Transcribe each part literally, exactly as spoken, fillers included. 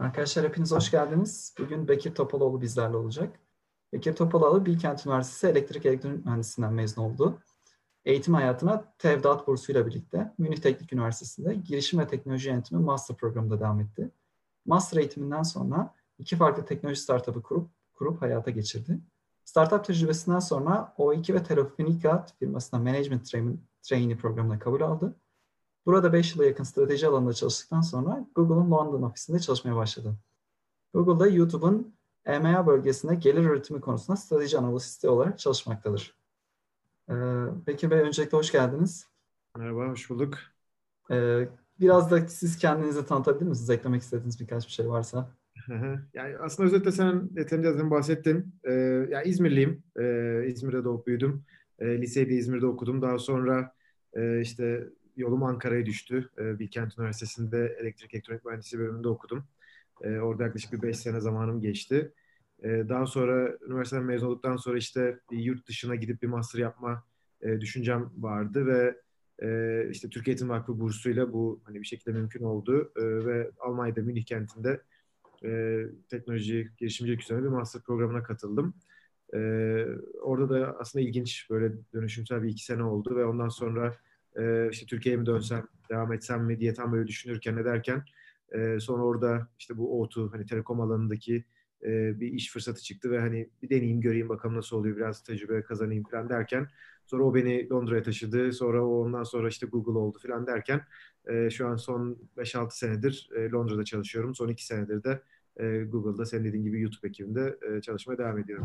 Arkadaşlar hepiniz hoş geldiniz. Bugün Bekir Topaloğlu bizlerle olacak. Bekir Topaloğlu Bilkent Üniversitesi Elektrik Elektronik Mühendisliğinden mezun oldu. Eğitim hayatına Tevdat bursuyla birlikte Münih Teknik Üniversitesi'nde Girişim ve Teknoloji Yönetimi Master programında devam etti. Master eğitiminden sonra iki farklı teknoloji startup'ı kurup, kurup hayata geçirdi. Startup tecrübesinden sonra O iki ve Telefonica firmasına Management Trainee programına kabul aldı. Burada beş yıla yakın strateji alanında çalıştıktan sonra Google'un London ofisinde çalışmaya başladı. Google'da YouTube'un E M A bölgesinde gelir üretimi konusunda strateji analisti olarak çalışmaktadır. Ee, Bekir Bey, öncelikle hoş geldiniz. Merhaba, hoş bulduk. Ee, biraz da siz kendinizi tanıtabilir misiniz? Eklemek istediğiniz birkaç bir şey varsa. Yani aslında özetle sen yeterince zaten bahsettin. Ee, yani İzmirliyim. Ee, İzmir'de doğup büyüdüm. Ee, liseyi de İzmir'de okudum. Daha sonra e, işte yolum Ankara'ya düştü. Ee, Bilkent Üniversitesi'nde elektrik elektronik mühendisliği bölümünde okudum. Ee, orada yaklaşık bir beş sene zamanım geçti. Ee, daha sonra üniversiteden mezun olduktan sonra işte bir yurt dışına gidip bir master yapma e, düşüncem vardı ve e, işte Türkiye Eğitim Vakfı bursuyla bu hani bir şekilde mümkün oldu. E, ve Almanya'da Münih kentinde e, teknoloji, girişimcilik üzerine bir master programına katıldım. E, Orada da aslında ilginç böyle dönüşümsel bir iki sene oldu ve ondan sonra e, işte Türkiye'ye mi dönsem, devam etsem mi diye tam böyle düşünürken ne derken e, sonra orada işte bu O iki hani telekom alanındaki e, bir iş fırsatı çıktı ve hani bir deneyeyim göreyim bakalım nasıl oluyor biraz tecrübe kazanayım falan derken sonra o beni Londra'ya taşıdı. Sonra o ondan sonra işte Google oldu falan derken e, şu an son beş altı senedir e, Londra'da çalışıyorum. Son iki senedir de e, Google'da senin dediğin gibi YouTube ekibinde e, çalışmaya devam ediyorum.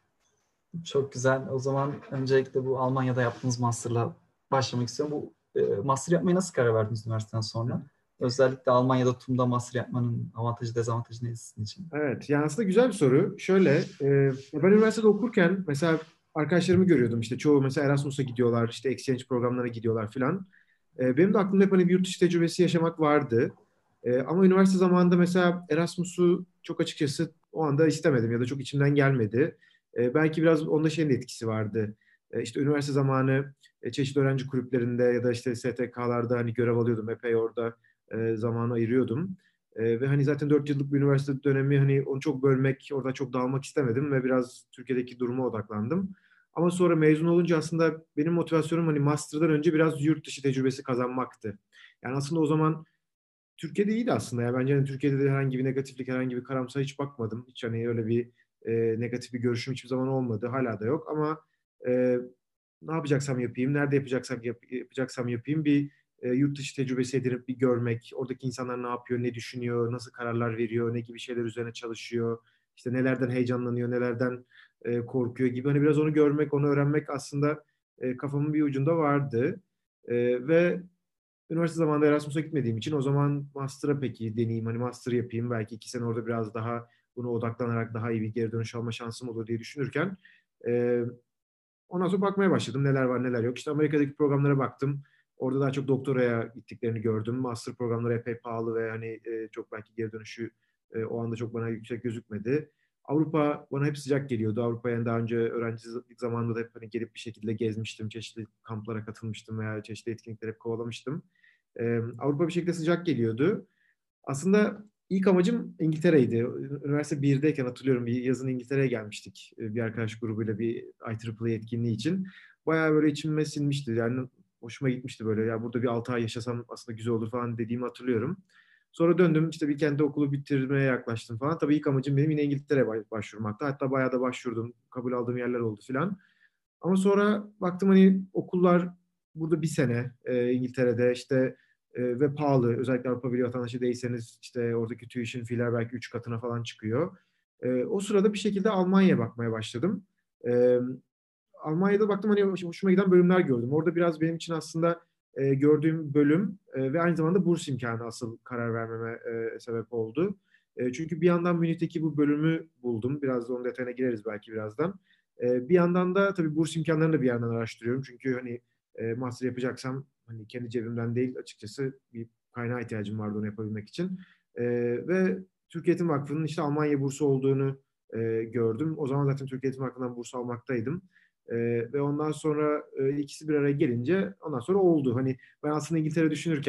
Çok güzel. O zaman öncelikle bu Almanya'da yaptığınız master'la başlamak istiyorum. Bu e, master yapmaya nasıl karar verdiniz üniversiteden sonra? Özellikle Almanya'da T U M'da master yapmanın avantajı, dezavantajı ne sizin için? Evet, yani aslında güzel bir soru. Şöyle, e, ben üniversitede okurken mesela arkadaşlarımı görüyordum. İşte çoğu mesela Erasmus'a gidiyorlar, işte exchange programlarına gidiyorlar filan. E, benim de aklımda hep hani bir yurt dışı tecrübesi yaşamak vardı. E, ama üniversite zamanında mesela Erasmus'u çok açıkçası o anda istemedim ya da çok içimden gelmedi. E, belki biraz onda şeyin de etkisi vardı. E, işte üniversite zamanı e, çeşitli öğrenci kulüplerinde ya da işte S T K'larda hani görev alıyordum. Epey orada e, zaman ayırıyordum. Ee, ve hani zaten dört yıllık bir üniversite dönemi hani onu çok bölmek, orada çok dağılmak istemedim ve biraz Türkiye'deki duruma odaklandım. Ama sonra mezun olunca aslında benim motivasyonum hani master'dan önce biraz yurt dışı tecrübesi kazanmaktı. Yani aslında o zaman Türkiye'de iyiydi aslında ya. Bence hani Türkiye'de de herhangi bir negatiflik, herhangi bir karamsar hiç bakmadım. Hiç hani öyle bir e, negatif bir görüşüm hiçbir zaman olmadı. Hala da yok ama e, ne yapacaksam yapayım, nerede yapacaksam yap- yapacaksam yapayım bir e, yurt dışı tecrübesi edinip bir görmek, oradaki insanlar ne yapıyor, ne düşünüyor, nasıl kararlar veriyor, ne gibi şeyler üzerine çalışıyor, işte nelerden heyecanlanıyor, nelerden e, korkuyor gibi hani biraz onu görmek, onu öğrenmek aslında e, kafamın bir ucunda vardı. E, ve üniversite zamanında Erasmus'a gitmediğim için o zaman master'a peki deneyeyim, hani master yapayım, belki iki sene orada biraz daha buna odaklanarak daha iyi bir geri dönüş alma şansım olur diye düşünürken e, ondan sonra bakmaya başladım. Neler var neler yok. İşte Amerika'daki programlara baktım. Orada daha çok doktoraya gittiklerini gördüm. Master programları epey pahalı ve hani e, çok belki geri dönüşü e, o anda çok bana yüksek gözükmedi. Avrupa bana hep sıcak geliyordu. Avrupa'ya daha önce öğrencilik zamanında da hep hani gelip bir şekilde gezmiştim. Çeşitli kamplara katılmıştım veya çeşitli etkinlikleri hep kovalamıştım. E, Avrupa bir şekilde sıcak geliyordu. Aslında ilk amacım İngiltere'ydi. Üniversite birdeyken hatırlıyorum bir yazın İngiltere'ye gelmiştik. e, Bir arkadaş grubuyla bir I E E E etkinliği için. Bayağı böyle içime sinmişti. Yani hoşuma gitmişti böyle. Ya burada bir altı ay yaşasam aslında güzel olur falan dediğimi hatırlıyorum. Sonra döndüm işte bir kendi okulu bitirmeye yaklaştım falan. Tabii ilk amacım benim yine İngiltere'ye başvurmaktı. Hatta bayağı da başvurdum. Kabul aldığım yerler oldu filan. Ama sonra baktım hani okullar burada bir sene e, İngiltere'de işte e, ve pahalı. Özellikle Avrupa Birliği vatandaşı değilseniz işte oradaki tuition fee'ler belki üç katına falan çıkıyor. E, o sırada bir şekilde Almanya'ya bakmaya başladım. E, Almanya'da baktım hani hoşuma giden bölümler gördüm. Orada biraz benim için aslında e, gördüğüm bölüm e, ve aynı zamanda burs imkanı asıl karar vermeme e, sebep oldu. E, çünkü bir yandan Münih'teki bu bölümü buldum. Biraz da onun detayına gireriz belki birazdan. E, bir yandan da tabii burs imkanlarını da bir yandan araştırıyorum. Çünkü hani e, master yapacaksam hani kendi cebimden değil açıkçası bir kaynağa ihtiyacım vardı onu yapabilmek için. E, ve Türkiye Eğitim Vakfı'nın işte Almanya bursu olduğunu e, gördüm. O zaman zaten Türkiye Eğitim Vakfı'ndan burs almaktaydım. E, ve ondan sonra e, ikisi bir araya gelince ondan sonra oldu. Hani ben aslında İngiltere düşünürken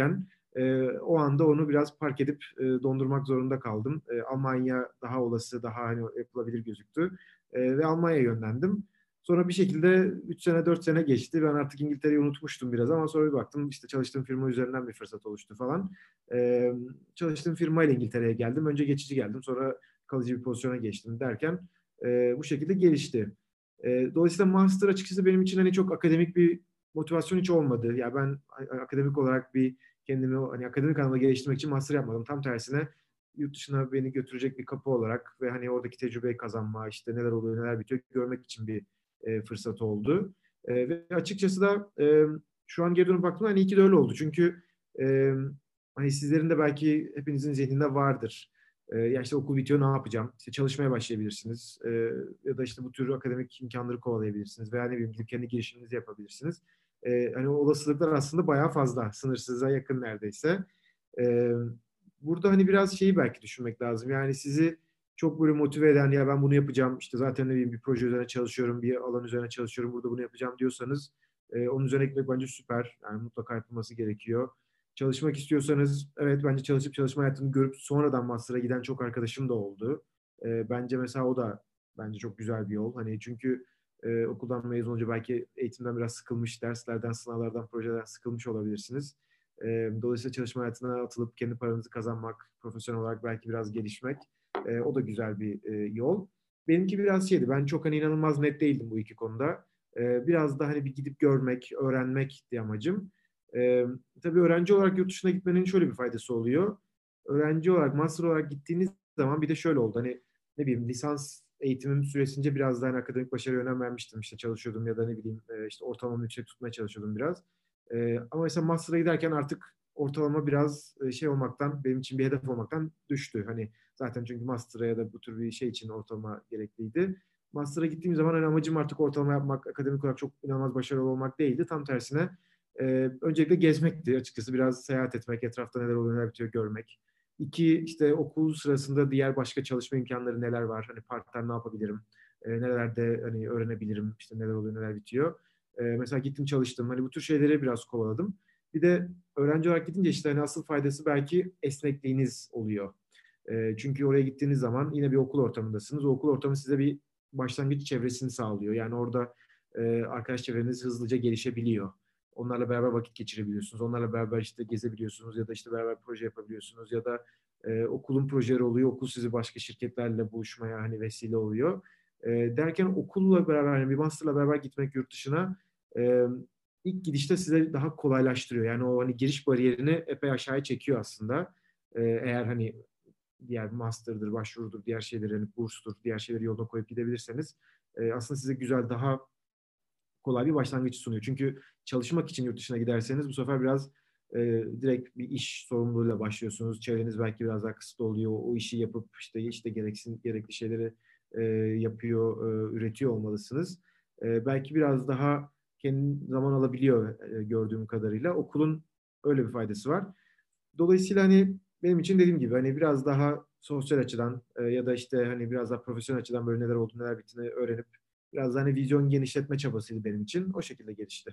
E, o anda onu biraz park edip e, dondurmak zorunda kaldım. E, Almanya daha olası, daha hani yapılabilir gözüktü. E, ve Almanya'ya yönlendim. Sonra bir şekilde üç sene dört sene geçti. Ben artık İngiltere'yi unutmuştum biraz ama sonra bir baktım işte çalıştığım firma üzerinden bir fırsat oluştu falan. Ee, çalıştığım firmayla İngiltere'ye geldim. Önce geçici geldim, sonra kalıcı bir pozisyona geçtim derken e, bu şekilde gelişti. E, dolayısıyla master açıkçası benim için hani çok akademik bir motivasyon hiç olmadı. Ya ben akademik olarak bir kendimi hani akademik anlamda geliştirmek için master yapmadım. Tam tersine yurt dışına beni götürecek bir kapı olarak ve hani oradaki tecrübeyi kazanma, işte neler oluyor, neler bitiyor görmek için bir e, fırsat oldu. E, ve açıkçası da e, şu an geri dönüp baktığımda hani iyi ki de öyle oldu. Çünkü e, hani sizlerin de belki hepinizin zihninde vardır. E, ya işte okul bitiyor, ne yapacağım? İşte çalışmaya başlayabilirsiniz. E, ya da işte bu tür akademik imkanları kovalayabilirsiniz. Veya ne bileyim gidip kendi girişiminizi yapabilirsiniz. E, hani o olasılıklar aslında bayağı fazla. Sınırsıza yakın neredeyse. E, burada hani biraz şeyi belki düşünmek lazım. Yani sizi çok böyle motive eden, ya ben bunu yapacağım, işte zaten ne bileyim bir proje üzerine çalışıyorum, bir alan üzerine çalışıyorum, burada bunu yapacağım diyorsanız e, onun üzerine gitmek bence süper. Yani mutlaka yapılması gerekiyor. Çalışmak istiyorsanız evet, bence çalışıp çalışma hayatını görüp sonradan master'a giden çok arkadaşım da oldu. E, bence mesela o da bence çok güzel bir yol. Hani çünkü e, okuldan mezun olunca belki eğitimden biraz sıkılmış, derslerden, sınavlardan, projelerden sıkılmış olabilirsiniz. E, dolayısıyla çalışma hayatına atılıp kendi paranızı kazanmak, profesyonel olarak belki biraz gelişmek, e, o da güzel bir e, yol. Benimki biraz şeydi. Ben çok hani inanılmaz net değildim bu iki konuda. E, biraz da hani bir gidip görmek, öğrenmekti amacım. E, tabii öğrenci olarak yurt dışına gitmenin şöyle bir faydası oluyor. Öğrenci olarak, master olarak gittiğiniz zaman bir de şöyle oldu. Hani ne bileyim lisans eğitimim süresince biraz daha hani akademik başarıya önem vermiştim. İşte çalışıyordum ya da ne bileyim e, işte ortalamamı yüksek tutmaya çalışıyordum biraz. E, ama mesela master'a giderken artık ortalama biraz e, şey olmaktan, benim için bir hedef olmaktan düştü. Hani zaten çünkü master'a ya da bu tür bir şey için ortalama gerekliydi. Master'a gittiğim zaman hani amacım artık ortalama yapmak, akademik olarak çok inanılmaz başarılı olmak değildi. Tam tersine e, öncelikle gezmekti açıkçası. Biraz seyahat etmek, etrafta neler oluyor, neler bitiyor görmek. İki, işte okul sırasında diğer başka çalışma imkanları neler var? Hani part-time ne yapabilirim? E, nelerde hani öğrenebilirim? İşte neler oluyor, neler bitiyor? E, mesela gittim çalıştım. Hani bu tür şeyleri biraz kovaladım. Bir de öğrenci olarak gidince işte hani asıl faydası belki esnekliğiniz oluyor. E, çünkü oraya gittiğiniz zaman yine bir okul ortamındasınız. O okul ortamı size bir başlangıç çevresini sağlıyor. Yani orada e, arkadaş çevreniz hızlıca gelişebiliyor. Onlarla beraber vakit geçirebiliyorsunuz. Onlarla beraber işte gezebiliyorsunuz ya da işte beraber proje yapabiliyorsunuz ya da e, okulun projeleri oluyor. Okul sizi başka şirketlerle buluşmaya hani vesile oluyor. E, derken okulla beraber yani bir masterla beraber gitmek yurt dışına e, ilk gidişte size daha kolaylaştırıyor. Yani o hani giriş bariyerini epey aşağıya çekiyor aslında. E, eğer hani diğer master'dır, başvurudur, diğer şeyleri, hani burstur, diğer şeyleri yoluna koyup gidebilirseniz e, aslında size güzel, daha kolay bir başlangıç sunuyor. Çünkü çalışmak için yurt dışına giderseniz bu sefer biraz e, direkt bir iş sorumluluğuyla başlıyorsunuz. Çevreniz belki biraz daha kısıtlı oluyor. O işi yapıp işte işte gereksin, gerekli şeyleri e, yapıyor, e, üretiyor olmalısınız. E, belki biraz daha kendi zaman alabiliyor e, gördüğüm kadarıyla. Okulun öyle bir faydası var. Dolayısıyla hani benim için dediğim gibi hani biraz daha sosyal açıdan e, ya da işte hani biraz daha profesyonel açıdan böyle neler olduğunu, neler bittiğini öğrenip biraz da hani vizyon genişletme çabasıydı benim için. O şekilde gelişti.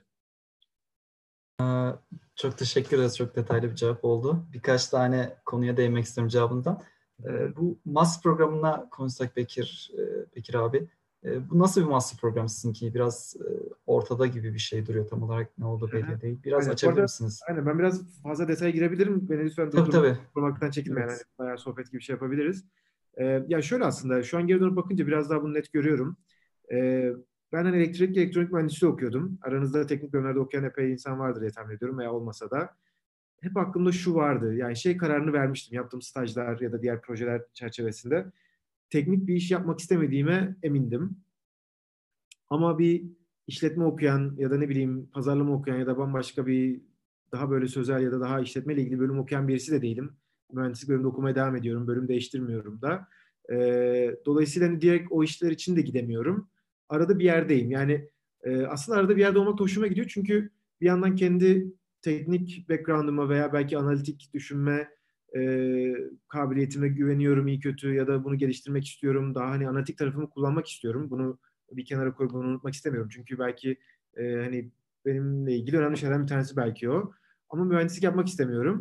Çok teşekkür ederiz. Çok detaylı bir cevap oldu. Birkaç tane konuya değinmek istiyorum cevabından. Hı hı. Ee, bu master programına konuşsak Bekir, e, Bekir abi. E, bu nasıl bir master programı sizinki? Biraz e, ortada gibi bir şey duruyor. Tam olarak ne olduğu Hı hı. belli değil. Biraz Aynen. Bu açabilir arada misiniz? aynen, ben biraz fazla detaya girebilirim. Beni lütfen Tabii durdurmak, tabii. durmaktan çekinmeyin. Yani Evet. bayağı sohbet gibi bir şey yapabiliriz. Ee, ya şöyle aslında şu an geri dönüp bakınca biraz daha bunu net görüyorum. Ee, ben hani elektrik elektronik mühendisliği okuyordum. Aranızda teknik bölümlerde okuyan epey insan vardır diye tahmin ediyorum, veya olmasa da. Hep aklımda şu vardı. Yani şey kararını vermiştim yaptığım stajlar ya da diğer projeler çerçevesinde. Teknik bir iş yapmak istemediğime emindim. Ama bir işletme okuyan ya da ne bileyim pazarlama okuyan ya da bambaşka bir daha böyle sözel ya da daha işletmeyle ilgili bölüm okuyan birisi de değilim. Mühendislik bölümünde okumaya devam ediyorum. Bölüm değiştirmiyorum da. Ee, dolayısıyla hani direkt o işler için de gidemiyorum. Arada bir yerdeyim. Yani e, aslında arada bir yerde olmak da hoşuma gidiyor. Çünkü bir yandan kendi teknik background'ıma veya belki analitik düşünme e, kabiliyetime güveniyorum iyi kötü, ya da bunu geliştirmek istiyorum. Daha hani analitik tarafımı kullanmak istiyorum. Bunu bir kenara koyup bunu unutmak istemiyorum. Çünkü belki e, hani benimle ilgili önemli şeylerden bir tanesi belki o. Ama mühendislik yapmak istemiyorum.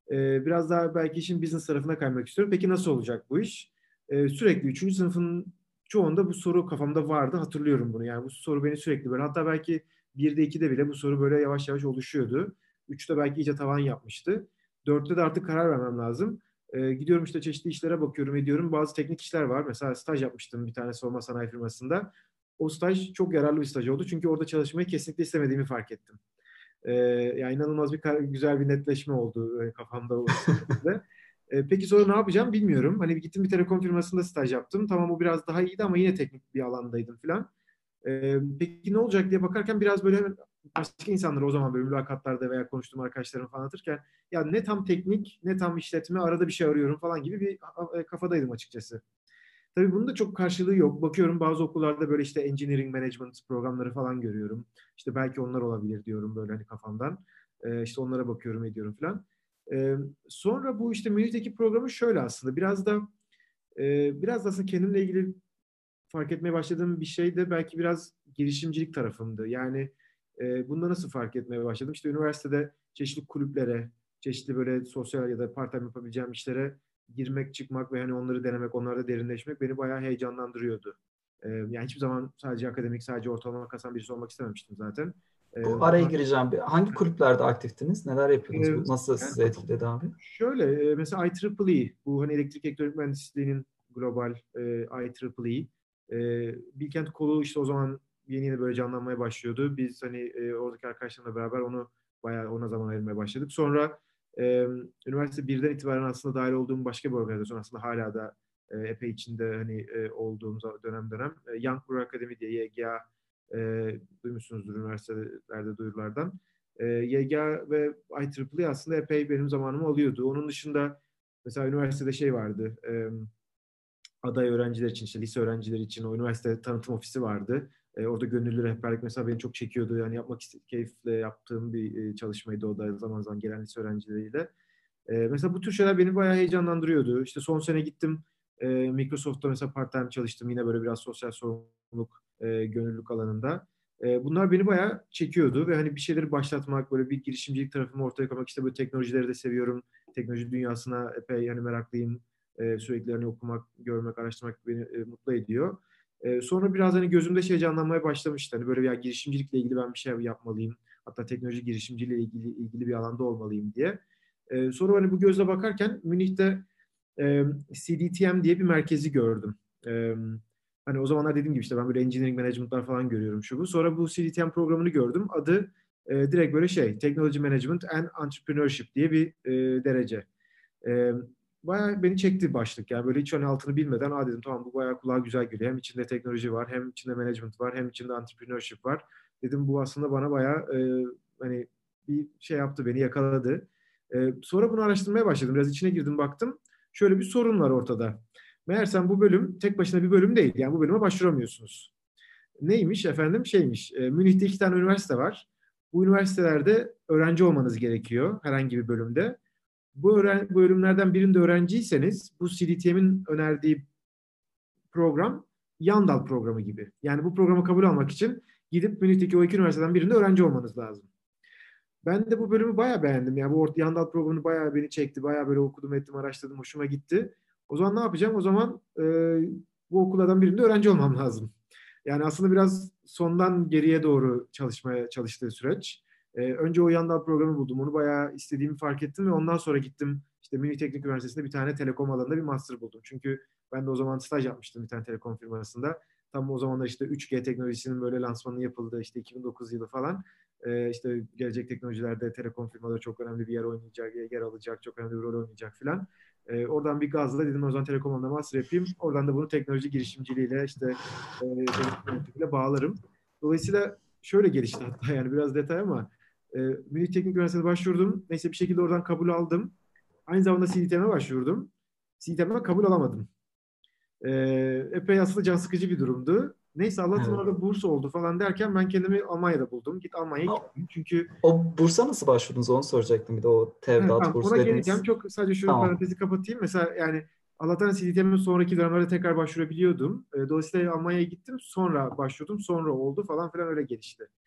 E, biraz daha belki işin business tarafına kaymak istiyorum. Peki nasıl olacak bu iş? E, sürekli üçüncü sınıfın çoğunda bu soru kafamda vardı. Hatırlıyorum bunu. Yani bu soru beni sürekli böyle. Hatta belki birde ikide bile bu soru böyle yavaş yavaş oluşuyordu. Üçte belki iyice tavan yapmıştı. Dörtte de artık karar vermem lazım. E, gidiyorum işte çeşitli işlere bakıyorum ediyorum. Bazı teknik işler var. Mesela staj yapmıştım bir tane savunma sanayi firmasında. O staj çok yararlı bir staj oldu. Çünkü orada çalışmayı kesinlikle istemediğimi fark ettim. E, yani inanılmaz bir güzel bir netleşme oldu e, kafamda o sayede. E, peki sonra ne yapacağım bilmiyorum. Hani gittim bir telekom firmasında staj yaptım. Tamam o biraz daha iyiydi ama yine teknik bir alandaydım falan. E, peki ne olacak diye bakarken biraz böyle hemen başka insanlara o zaman böyle mülakatlarda veya konuştuğum arkadaşlarım falan anlatırken ya ne tam teknik ne tam işletme arada bir şey arıyorum falan gibi bir e, kafadaydım açıkçası. Tabii bunun da çok karşılığı yok. Bakıyorum bazı okullarda böyle işte engineering management programları falan görüyorum. İşte belki onlar olabilir diyorum böyle hani kafamdan. Ee, işte onlara bakıyorum ediyorum falan. Ee, sonra bu işte Münih'teki programı şöyle aslında biraz da e, biraz da aslında kendimle ilgili fark etmeye başladığım bir şey de belki biraz girişimcilik tarafımdı. Yani e, bunda nasıl fark etmeye başladım? İşte üniversitede çeşitli kulüplere, çeşitli böyle sosyal ya da part-time yapabileceğim işlere girmek, çıkmak ve hani onları denemek, onlarda derinleşmek beni bayağı heyecanlandırıyordu. E, yani hiçbir zaman sadece akademik, sadece ortalama kasan birisi olmak istememiştim zaten. E, Bu araya daha, gireceğim. Bir- Hangi kulüplerde aktiftiniz? Neler e, yapıyordunuz? Bu nasıl yani sizi etkiledi abi? şöyle e, mesela I triple E bu hani elektrik elektronik mühendisliğinin global e, I triple E e, Bilkent Kolu işte o zaman yeni yeni böyle canlanmaya başlıyordu. Biz hani e, oradaki arkadaşlarımla beraber onu bayağı ona zaman ayırmaya başladık. Sonra e, üniversite birden itibaren aslında dahil olduğum başka bir organizasyon aslında hala da e, epey içinde hani e, olduğum dönem dönem e, Young Brewer Academy diye Y G A e, duymuşsunuzdur üniversitelerde duyurulardan. E, Y G A ve I triple E aslında epey benim zamanımı alıyordu. Onun dışında mesela üniversitede şey vardı. E, aday öğrenciler için, işte lise öğrencileri için o üniversite tanıtım ofisi vardı. E, orada gönüllü rehberlik mesela beni çok çekiyordu. Yani yapmak ist- keyifle yaptığım bir e, çalışmaydı o da zaman zaman gelen lise öğrencileriyle. E, mesela bu tür şeyler beni bayağı heyecanlandırıyordu. İşte son sene gittim e, Microsoft'ta mesela part-time çalıştım. Yine böyle biraz sosyal sorumluluk, e, gönüllülük alanında. E, bunlar beni bayağı çekiyordu ve hani bir şeyleri başlatmak, böyle bir girişimcilik tarafımı ortaya koymak. İşte böyle teknolojileri de seviyorum. Teknoloji dünyasına epey hani meraklıyım. E, sürekli hani okumak, görmek, araştırmak beni e, mutlu ediyor. E, sonra biraz hani gözümde şey canlanmaya başlamıştı. Hani böyle ya girişimcilikle ilgili ben bir şey yapmalıyım. Hatta teknoloji girişimciliğiyle ilgili ilgili bir alanda olmalıyım diye. E, sonra hani bu gözle bakarken Münih'te e, C D T M diye bir merkezi gördüm. E, hani o zamanlar dediğim gibi işte ben böyle engineering management'lar falan görüyorum şu bu. Sonra bu C D T M programını gördüm. Adı e, direkt böyle şey Technology Management and Entrepreneurship diye bir e, derece. E, bayağı beni çekti başlık. Yani böyle hiç hani altını bilmeden aa dedim tamam bu bayağı kulağa güzel geliyor. Hem içinde teknoloji var, hem içinde management var, hem içinde entrepreneurship var. Dedim bu aslında bana bayağı e, hani bir şey yaptı, beni yakaladı. E, sonra bunu araştırmaya başladım. Biraz içine girdim baktım. Şöyle bir sorun var ortada. Meğersem bu bölüm tek başına bir bölüm değil. Yani bu bölüme başvuramıyorsunuz. Neymiş efendim? Şeymiş. E, Münih'te iki tane üniversite var. Bu üniversitelerde öğrenci olmanız gerekiyor herhangi bir bölümde. Bu, öğren bu bölümlerden birinde öğrenciyseniz bu C D T M'in önerdiği program yan dal programı gibi. Yani bu programı kabul almak için gidip Münih'teki o iki üniversiteden birinde öğrenci olmanız lazım. Ben de bu bölümü bayağı beğendim. Yani bu yan dal programını bayağı beni çekti. Bayağı böyle okudum, ettim, araştırdım. Hoşuma gitti. O zaman ne yapacağım? O zaman e, bu okullardan birinde öğrenci olmam lazım. Yani aslında biraz sondan geriye doğru çalışmaya çalıştığı süreç. Ee, önce o yandan programı buldum. Onu bayağı istediğimi fark ettim ve ondan sonra gittim. İşte Münih Teknik Üniversitesi'nde bir tane telekom alanında bir master buldum. Çünkü ben de o zaman staj yapmıştım bir tane telekom firmasında. Tam o zamanlar işte üç G teknolojisinin böyle lansmanı yapıldı. İşte iki bin dokuz yılı falan. Ee, işte gelecek teknolojilerde telekom firmaları çok önemli bir yer oynayacak, yer alacak, çok önemli bir rol oynayacak filan. Ee, oradan bir gazla dedim o zaman telekom alanında master yapayım. Oradan da bunu teknoloji girişimciliğiyle işte e, teknik yönetimle bağlarım. Dolayısıyla şöyle gelişti hatta yani biraz detay ama e, Münih Teknik Üniversitesi'ne başvurdum. Neyse bir şekilde oradan kabul aldım. Aynı zamanda C D T M'e başvurdum. C D T M'e kabul alamadım. E, epey aslında can sıkıcı bir durumdu. Neyse Allah'tan Evet. orada burs oldu falan derken ben kendimi Almanya'da buldum. Git Almanya'ya O, gittim. Çünkü o bursa nasıl başvurdunuz onu soracaktım bir de o evet, Tevdat tamam bursu ona geleceğim. dediniz. Çok sadece şu Tamam. parantezi kapatayım. Mesela yani Allah'tan C D T M'in sonraki dönemlerde tekrar başvurabiliyordum. E, dolayısıyla Almanya'ya gittim. Sonra başvurdum. Sonra oldu falan filan öyle gelişti.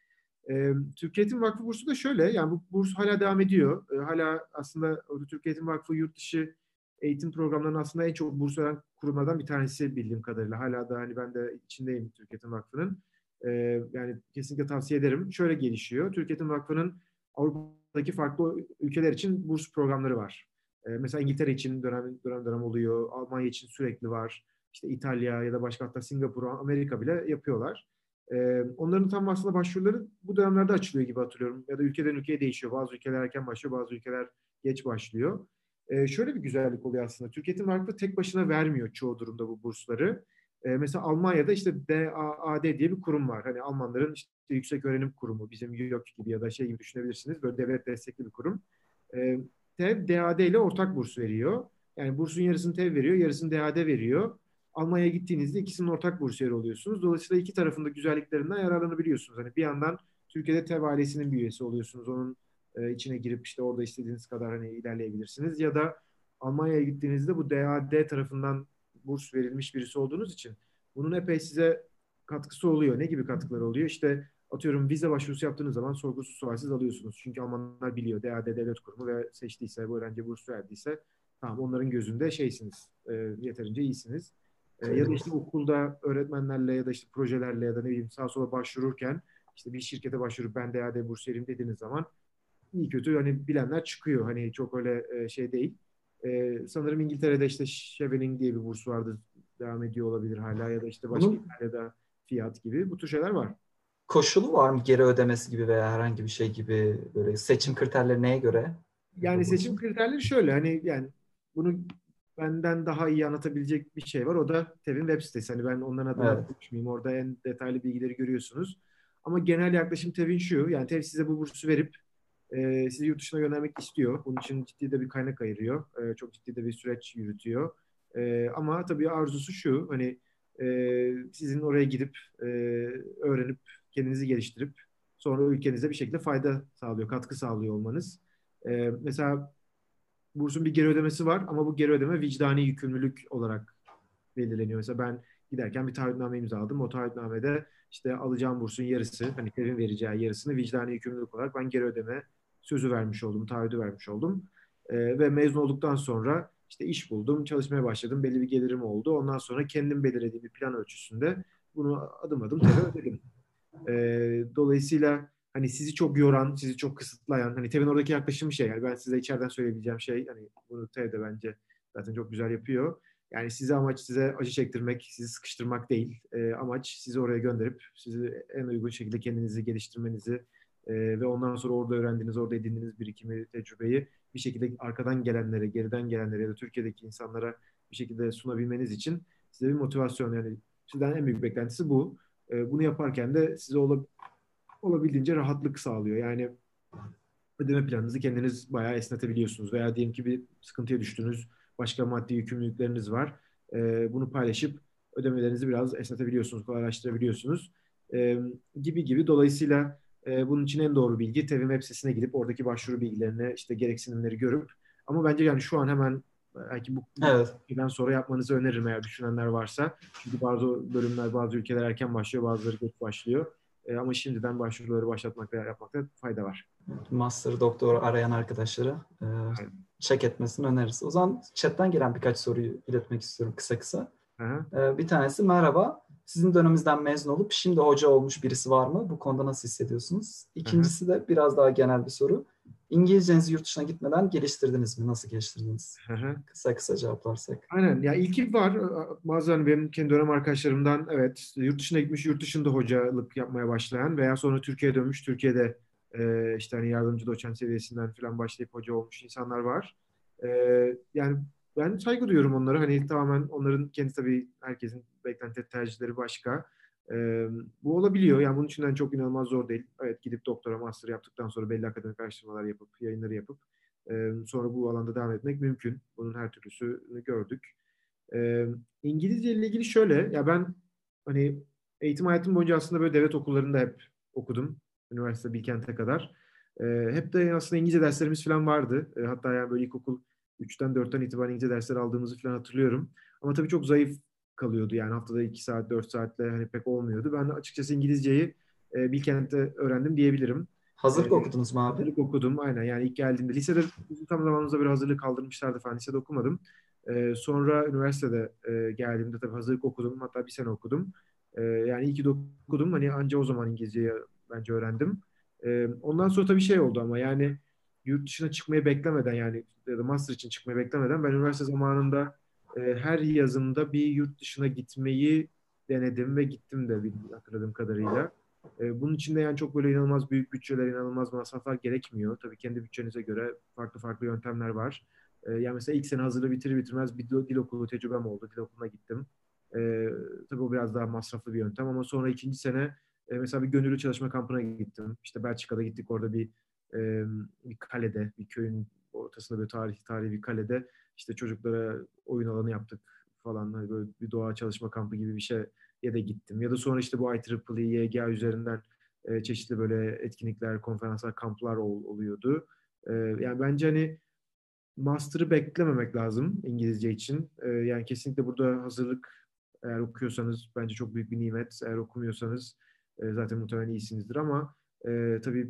E, Türkiye Eğitim Vakfı bursu da şöyle, yani bu burs hala devam ediyor. E, hala aslında Türkiye Eğitim Vakfı yurt dışı eğitim programlarının aslında en çok burs veren kurumlardan bir tanesi bildiğim kadarıyla. Hala da hani ben de içindeyim Türkiye Eğitim Vakfı'nın. E, Yani kesinlikle tavsiye ederim. Şöyle gelişiyor. Türkiye Eğitim Vakfı'nın Avrupa'daki farklı ülkeler için burs programları var. E, mesela İngiltere için dönem dönem dönem oluyor. Almanya için sürekli var. İşte İtalya ya da başka, hatta Singapur, Amerika bile yapıyorlar. Ee, onların tam aslında başvuruları bu dönemlerde açılıyor gibi hatırlıyorum. Ya da ülkeden ülkeye değişiyor. Bazı ülkeler erken başlıyor, bazı ülkeler geç başlıyor. Ee, şöyle bir güzellik oluyor aslında. Türkiye Eğitim Vakfı tek başına vermiyor çoğu durumda bu bursları. Ee, mesela Almanya'da işte D A A D diye bir kurum var. Hani Almanların işte yüksek öğrenim kurumu, bizim YÖK gibi ya da şey gibi düşünebilirsiniz. Böyle devlet destekli bir kurum. Ee, TEV D A D ile ortak burs veriyor. Yani bursun yarısını TEV veriyor, yarısını D A D veriyor. Almanya'ya gittiğinizde ikisinin ortak bursiyeri oluyorsunuz. Dolayısıyla iki tarafın da güzelliklerinden yararlanabiliyorsunuz. Hani bir yandan Türkiye'de TEV ailesinin bir üyesi oluyorsunuz. Onun e, içine girip işte orada istediğiniz kadar hani ilerleyebilirsiniz. Ya da Almanya'ya gittiğinizde bu D A D tarafından burs verilmiş birisi olduğunuz için bunun epey size katkısı oluyor. Ne gibi katkıları oluyor? İşte atıyorum vize başvurusu yaptığınız zaman sorgusuz sualsiz alıyorsunuz. Çünkü Almanlar biliyor, D A D devlet kurumu ve seçtiyse, bu öğrenci burs verdiyse tamam, onların gözünde şeysiniz, e, yeterince iyisiniz. E, ya da işte okulda öğretmenlerle ya da işte projelerle ya da ne bileyim sağa sola başvururken işte bir şirkete başvurup ben D A D bursiyeriyim dediğiniz zaman iyi kötü hani bilenler çıkıyor. Hani çok öyle e, şey değil. E, sanırım İngiltere'de işte Chevening diye bir burs vardı. Devam ediyor olabilir hala, ya da işte başka Bunun İtalya'da Fiat gibi bu tür şeyler var. koşulu var mı, geri ödemesi gibi veya herhangi bir şey gibi, böyle seçim kriterleri neye göre Yani bu seçim bursun? kriterleri şöyle, hani yani bunu benden daha iyi anlatabilecek bir şey var. O da TEV'in web sitesi. Hani ben onların adına Evet. konuşmayayım. Orada en detaylı bilgileri görüyorsunuz. Ama genel yaklaşım TEV'in şu. Yani TEV size bu bursu verip e, sizi yurt dışına göndermek istiyor. Bunun için ciddi de bir kaynak ayırıyor. E, çok ciddi de bir süreç yürütüyor. E, ama tabii arzusu şu. Hani e, sizin oraya gidip e, öğrenip kendinizi geliştirip sonra ülkenize bir şekilde fayda sağlıyor, katkı sağlıyor olmanız. E, mesela bursun bir geri ödemesi var ama bu geri ödeme vicdani yükümlülük olarak belirleniyor. Mesela ben giderken bir taahhütname imzaladım. O taahhütnamede işte alacağım bursun yarısı, hani TEV'in vereceği yarısını vicdani yükümlülük olarak ben geri ödeme sözü vermiş oldum, taahhüdü vermiş oldum. Ee, ve mezun olduktan sonra işte iş buldum, çalışmaya başladım, belli bir gelirim oldu. Ondan sonra kendim belirlediğim bir plan ölçüsünde bunu adım adım TEV'e ödedim. E, dolayısıyla hani sizi çok yoran, sizi çok kısıtlayan, hani TEV'in oradaki yaklaşımı şey, yani ben size içeriden söyleyebileceğim şey, hani bunu TEV de bence zaten çok güzel yapıyor. Yani size amaç size acı çektirmek, sizi sıkıştırmak değil. E, amaç sizi oraya gönderip sizi en uygun şekilde kendinizi geliştirmenizi e, ve ondan sonra orada öğrendiğiniz, orada edindiğiniz birikimi, tecrübeyi bir şekilde arkadan gelenlere, geriden gelenlere ya da Türkiye'deki insanlara bir şekilde sunabilmeniz için size bir motivasyon, yani sizden en büyük beklentisi bu. E, bunu yaparken de size ola, olabildiğince rahatlık sağlıyor. Yani ödeme planınızı kendiniz bayağı esnetebiliyorsunuz. Veya diyelim ki bir sıkıntıya düştünüz, başka maddi yükümlülükleriniz var. E, bunu paylaşıp ödemelerinizi biraz esnetebiliyorsunuz, kolaylaştırabiliyorsunuz. E, gibi gibi. Dolayısıyla e, bunun için en doğru bilgi TEV'in web sitesine gidip oradaki başvuru bilgilerini, işte gereksinimleri görüp, ama bence yani şu an hemen belki bu, bu Evet. şeyden sonra yapmanızı öneririm eğer düşünenler varsa. Çünkü bazı bölümler, bazı ülkeler erken başlıyor, bazıları geç başlıyor. E, ama şimdiden başvuruları başlatmakta, yapmakta fayda var. Master, doktor arayan arkadaşlara e, Aynen. check etmesini öneririz. O zaman chatten gelen birkaç soruyu iletmek istiyorum kısa kısa. Aha, E, bir tanesi, merhaba. Sizin döneminizden mezun olup şimdi hoca olmuş birisi var mı? Bu konuda nasıl hissediyorsunuz? aha, İkincisi de biraz daha genel bir soru. İngilizcenizi yurt dışına gitmeden geliştirdiniz mi? Nasıl geliştirdiniz? aha. Kısa kısa cevaplarsak. Aynen. Ya ilki var. Bazı hani benim kendi dönem arkadaşlarımdan, evet, yurt dışına gitmiş, yurt dışında hocalık yapmaya başlayan veya sonra Türkiye'ye dönmüş, Türkiye'de e, işte hani yardımcı doçent seviyesinden falan başlayıp hoca olmuş insanlar var. E, Yani ben saygı duyuyorum onlara. Hani tamamen onların kendi, tabii herkesin beklenti tercihleri başka. E, Bu olabiliyor. Yani bunun içinden çok inanılmaz zor değil. Evet, gidip doktora, master yaptıktan sonra belli akademik araştırmalar yapıp, yayınları yapıp Ee, sonra bu alanda devam etmek mümkün. Bunun her türlüsünü gördük. Ee, İngilizce ile ilgili şöyle, ya ben hani eğitim hayatım boyunca aslında böyle devlet okullarında hep okudum. Üniversite Bilkent'e kadar. Ee, hep de aslında İngilizce derslerimiz falan vardı. Ee, hatta yani böyle ilkokul üçten dörtten itibaren İngilizce dersler aldığımızı falan hatırlıyorum. Ama tabii çok zayıf kalıyordu. Yani haftada iki saat, dört saatle hani pek olmuyordu. Ben açıkçası İngilizceyi e, Bilkent'te öğrendim diyebilirim. Hazırlık E, okudunuz mu abi? hazırlık okudum aynen, yani ilk geldiğimde. Lisede bizim tam zamanımızda bir hazırlık kaldırmışlardı falan. Lisede okumadım. E, sonra üniversitede e, geldiğimde tabii hazırlık okudum. Hatta bir sene okudum. E, yani iyi ki de okudum. Hani anca o zaman İngilizceyi bence öğrendim. E, ondan sonra tabii şey oldu ama yani yurt dışına çıkmayı beklemeden, yani ya da master için çıkmayı beklemeden, ben üniversite zamanında e, her yazımda bir yurt dışına gitmeyi denedim ve gittim de bildiğim- hatırladığım kadarıyla. E, bunun için de yani çok böyle inanılmaz büyük bütçeler, inanılmaz masraflar gerekmiyor. Tabii kendi bütçenize göre farklı farklı yöntemler var. E, yani mesela ilk sene hazırlığı bitirir bitirmez bir dil, dil okulu tecrübem oldu. Dil okuluna gittim. E, tabii o biraz daha masraflı bir yöntem ama sonra ikinci sene e, mesela bir gönüllü çalışma kampına gittim. İşte Belçika'da gittik, orada bir e, bir kalede, bir köyün ortasında böyle tarihi tarihi bir kalede işte çocuklara oyun alanı yaptık falan. Hani böyle bir doğa çalışma kampı gibi bir şeye de gittim. Ya da sonra işte bu I E E E, Y G A üzerinden e, çeşitli böyle etkinlikler, konferanslar, kamplar ol, oluyordu. E, yani bence hani master'ı beklememek lazım İngilizce için. E, yani kesinlikle burada hazırlık, eğer okuyorsanız bence çok büyük bir nimet. Eğer okumuyorsanız e, zaten muhtemelen iyisinizdir ama e, tabii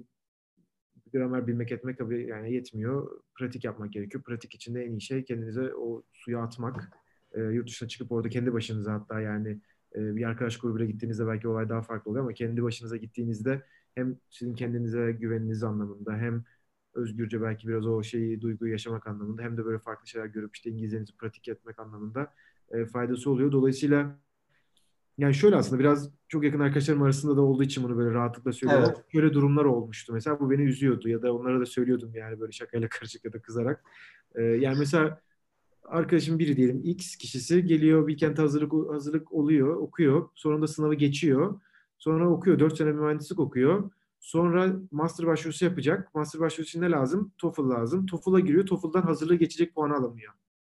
gramer bilmek etmek tabii yani yetmiyor. Pratik yapmak gerekiyor. Pratik için de en iyi şey kendinize o suya atmak. E, yurt dışına çıkıp orada kendi başınıza, hatta yani e, bir arkadaş grubuyla gittiğinizde belki olay daha farklı oluyor ama kendi başınıza gittiğinizde hem sizin kendinize güveniniz anlamında, hem özgürce belki biraz o şeyi, duyguyu yaşamak anlamında, hem de böyle farklı şeyler görüp işte İngilizcenizi pratik etmek anlamında e, faydası oluyor. Dolayısıyla yani şöyle, aslında biraz çok yakın arkadaşlarım arasında da olduğu için bunu böyle rahatlıkla söylüyorum. Evet. Şöyle durumlar olmuştu. Mesela bu beni üzüyordu ya da onlara da söylüyordum yani böyle şakayla karışık ya da kızarak. Ee, yani mesela arkadaşım biri diyelim, X kişisi geliyor, weekend hazırlık hazırlık oluyor, okuyor. Sonra da sınavı geçiyor. Sonra okuyor. Dört sene mühendislik okuyor. Sonra master başvurusu yapacak. Master başvurusu için ne lazım? TOEFL lazım. TOEFL'a giriyor. TOEFL'dan hazırlığı geçecek puanı alamıyor.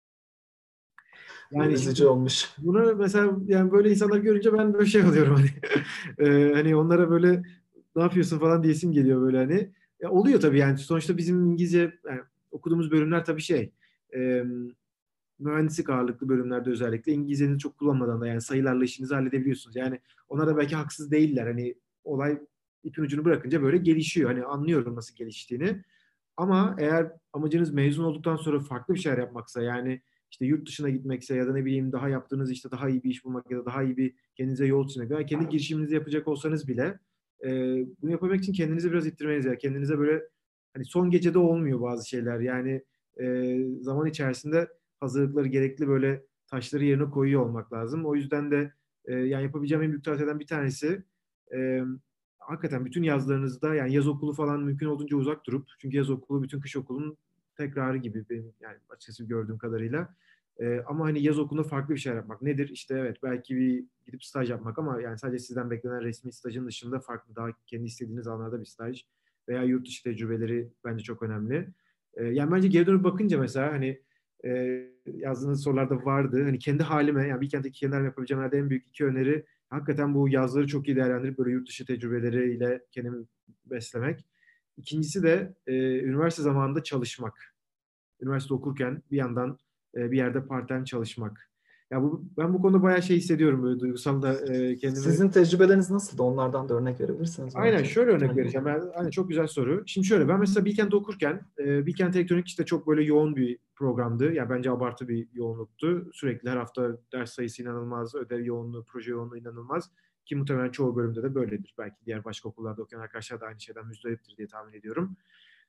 Bu Yani üzücü şimdi olmuş. bunu mesela, yani böyle insanlar görünce ben böyle şey oluyorum hani. Ee, hani onlara böyle ne yapıyorsun falan diyesim geliyor böyle hani. Ya oluyor tabii, yani sonuçta bizim İngilizce yani okuduğumuz bölümler tabii şey e, mühendislik ağırlıklı bölümlerde özellikle İngilizcenizi çok kullanmadan da yani sayılarla işinizi halledebiliyorsunuz. Yani onlar da belki haksız değiller. Hani olay ipin ucunu bırakınca böyle gelişiyor. Hani anlıyorum nasıl geliştiğini. Ama eğer amacınız mezun olduktan sonra farklı bir şeyler yapmaksa, yani işte yurt dışına gitmekse ya da ne bileyim daha yaptığınız işte daha iyi bir iş bulmak ya da daha iyi bir kendinize yol çizmek veya kendi girişiminizi yapacak olsanız bile e, bunu yapabilmek için kendinizi biraz ittirmeniz, yani kendinize böyle hani son gecede olmuyor bazı şeyler. Yani e, zaman içerisinde hazırlıkları, gerekli böyle taşları yerine koyuyor olmak lazım. O yüzden de e, yani yapabileceğim en büyük tavsiyeden bir tanesi e, hakikaten bütün yazlarınızda, yani yaz okulu falan mümkün olduğunca uzak durup, çünkü yaz okulu bütün kış okulunun tekrarı gibi benim yani açıkçası gördüğüm kadarıyla. Ee, ama hani yaz okulunda farklı bir şeyler yapmak nedir? İşte evet, belki bir gidip staj yapmak ama yani sadece sizden beklenen resmi stajın dışında farklı, daha kendi istediğiniz alanlarda bir staj veya yurt dışı tecrübeleri bence çok önemli. Ee, yani bence geri dönüp bakınca mesela hani e, yazdığınız sorularda vardı. Hani kendi halime, yani Bilkent'teki kendi halime yapabileceğim herhalde en büyük iki öneri hakikaten bu yazları çok iyi değerlendirip böyle yurt dışı tecrübeleriyle kendimi beslemek. İkincisi de e, üniversite zamanında çalışmak. Üniversite okurken bir yandan e, bir yerde part-time çalışmak. Ya bu, ben bu konuda bayağı şey hissediyorum, böyle duygusal da e, kendimi. Sizin tecrübeleriniz nasıldı? Onlardan da örnek verebilirsiniz Aynen belki. şöyle örnek Merak vereceğim. ettim. Ben, hani çok güzel soru. Şimdi şöyle, ben mesela Bilkent'te okurken e, Bilkent Elektronik işte çok böyle yoğun bir programdı. Yani bence abartı bir yoğunluktu. Sürekli her hafta ders sayısı inanılmaz, ödev yoğunluğu, proje yoğunluğu inanılmaz. Ki muhtemelen çoğu bölümde de böyledir. Belki diğer başka okullarda okuyan arkadaşlar da aynı şeyden müzdariptir diye tahmin ediyorum.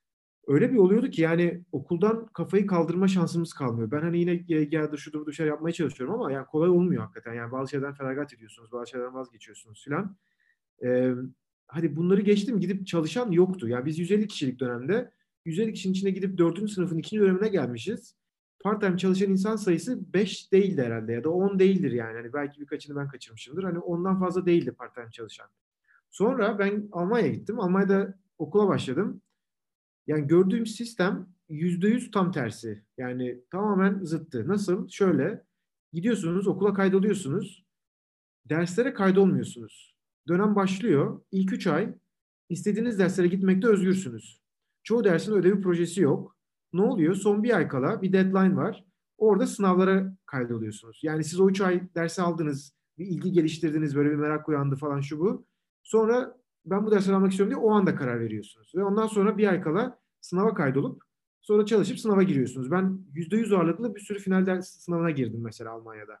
Öyle bir oluyordu ki yani okuldan kafayı kaldırma şansımız kalmıyor. Ben hani yine G G A'dır şudur budur şeyler yapmaya çalışıyorum ama yani kolay olmuyor hakikaten. Yani bazı şeylerden feragat ediyorsunuz, bazı şeylerden vazgeçiyorsunuz filan. Ee, hadi bunları geçtim, gidip çalışan yoktu. Yani biz yüz elli kişilik dönemde yüz elli kişinin içine gidip dördüncü sınıfın ikinci dönemine gelmişiz. Part-time çalışan insan sayısı beş değildi herhalde ya da on değildir yani. Hani belki birkaçını ben kaçırmışımdır. Hani ondan fazla değildi part-time çalışan. Sonra ben Almanya'ya gittim. Almanya'da okula başladım. Yani gördüğüm sistem yüzde yüz tam tersi. Yani tamamen zıttı. Nasıl? Şöyle, gidiyorsunuz okula kaydoluyorsunuz. Derslere kaydolmuyorsunuz. Dönem başlıyor. İlk üç ay istediğiniz derslere gitmekte özgürsünüz. Çoğu dersin ödevi projesi yok. Ne oluyor? Son bir ay kala bir deadline var. Orada sınavlara kaydoluyorsunuz. Yani siz o üç ay dersi aldınız, bir ilgi geliştirdiniz, böyle bir merak uyandı falan şu bu. Sonra ben bu dersleri almak istiyorum diye o anda karar veriyorsunuz. Ve ondan sonra bir ay kala sınava kaydolup sonra çalışıp sınava giriyorsunuz. Ben yüzde yüz ağırlıklı bir sürü final ders sınavına girdim mesela Almanya'da.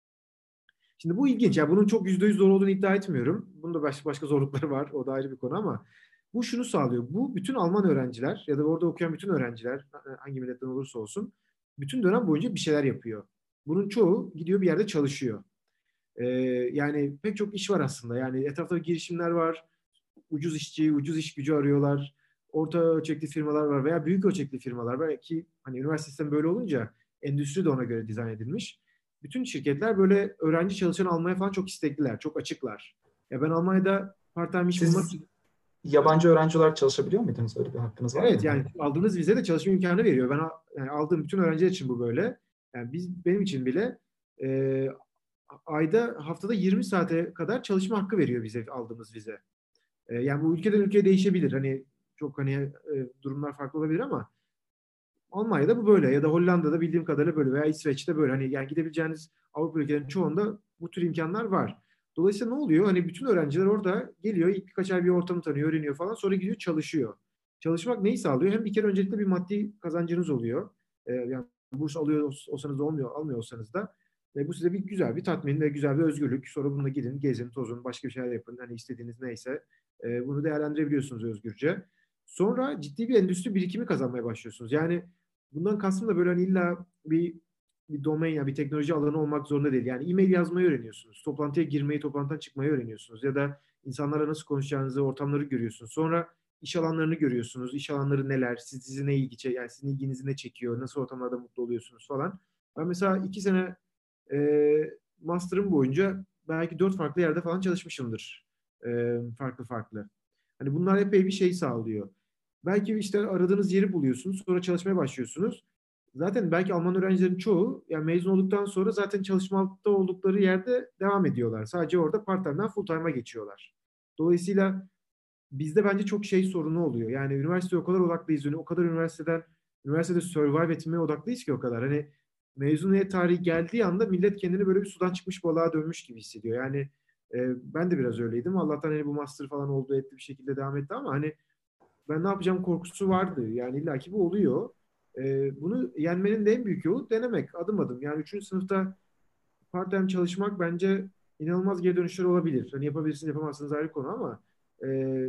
Şimdi bu ilginç. Ya bunun çok yüzde yüz zor olduğunu iddia etmiyorum. Bunun da başka, başka zorlukları var. O da ayrı bir konu ama bu şunu sağlıyor. Bu bütün Alman öğrenciler ya da orada okuyan bütün öğrenciler hangi milletten olursa olsun bütün dönem boyunca bir şeyler yapıyor. Bunun çoğu gidiyor bir yerde çalışıyor. Ee, yani pek çok iş var aslında. Yani etrafta girişimler var. Ucuz işçi, ucuz iş gücü arıyorlar. Orta ölçekli firmalar var veya büyük ölçekli firmalar var ki hani üniversite sistemi böyle olunca endüstri de ona göre dizayn edilmiş. Bütün şirketler böyle öğrenci çalışan almaya falan çok istekliler, çok açıklar. Ya ben Almanya'da part-time iş bulmak Siz yabancı öğrenci olarak çalışabiliyor muydunuz? Öyle bir hakkınız var evet mıydı? yani aldığınız vize de çalışma imkanı veriyor. Ben yani aldığım bütün öğrenciler için bu böyle. Yani biz benim için bile e, ayda haftada yirmi saate kadar çalışma hakkı veriyor bize aldığımız vize. E, yani bu ülkeden ülkeye değişebilir. Hani çok hani e, durumlar farklı olabilir ama Almanya'da bu böyle ya da Hollanda'da bildiğim kadarıyla böyle veya İsveç'te böyle. Hani yani gidebileceğiniz Avrupa ülkelerinin çoğunda bu tür imkanlar var. Dolayısıyla ne oluyor? Hani bütün öğrenciler orada geliyor, ilk birkaç ay bir ortamı tanıyor, öğreniyor falan. Sonra gidiyor çalışıyor. Çalışmak neyi sağlıyor? Hem bir kere öncelikle bir maddi kazancınız oluyor. Ee, yani burs alıyor olsanız da olmuyor, almıyor olsanız da. E, bu size bir güzel bir tatmin ve güzel bir özgürlük. Sonra bununla gidin, gezin, tozun, başka bir şeyler yapın. Hani istediğiniz neyse e, bunu değerlendirebiliyorsunuz özgürce. Sonra ciddi bir endüstri birikimi kazanmaya başlıyorsunuz. Yani bundan kastım da böyle hani illa bir bir domain ya bir teknoloji alanı olmak zorunda değil. Yani e-mail yazmayı öğreniyorsunuz. Toplantıya girmeyi, toplantıdan çıkmayı öğreniyorsunuz. Ya da insanlarla nasıl konuşacağınızı, ortamları görüyorsunuz. Sonra iş alanlarını görüyorsunuz. İş alanları neler, siz, sizi ne ilgi çekiyor, yani sizin ilginizi ne çekiyor, nasıl ortamlarda mutlu oluyorsunuz falan. Ben mesela iki sene e, master'ım boyunca belki dört farklı yerde falan çalışmışımdır. E, farklı farklı. Hani bunlar epey bir şey sağlıyor. Belki işte aradığınız yeri buluyorsunuz, sonra çalışmaya başlıyorsunuz. Zaten belki Alman öğrencilerin çoğu yani mezun olduktan sonra zaten çalışmakta oldukları yerde devam ediyorlar. Sadece orada part-time'dan full-time'a geçiyorlar. Dolayısıyla bizde bence çok şey sorunu oluyor. Yani üniversiteye o kadar odaklıyız, o kadar üniversiteden üniversitede survive etmeye odaklıyız ki o kadar. Hani mezuniyet tarihi geldiği anda millet kendini böyle bir sudan çıkmış balığa dönmüş gibi hissediyor. Yani e, ben de biraz öyleydim. Allah'tan hani bu master falan oldu etti bir şekilde devam etti ama hani ben ne yapacağım korkusu vardı. Yani illaki bu oluyor. Ee, bunu yenmenin de en büyük yolu denemek adım adım. Yani üçüncü sınıfta part-time çalışmak bence inanılmaz geri dönüşler olabilir. Hani yapabilirsiniz yapamazsınız ayrı konu ama e,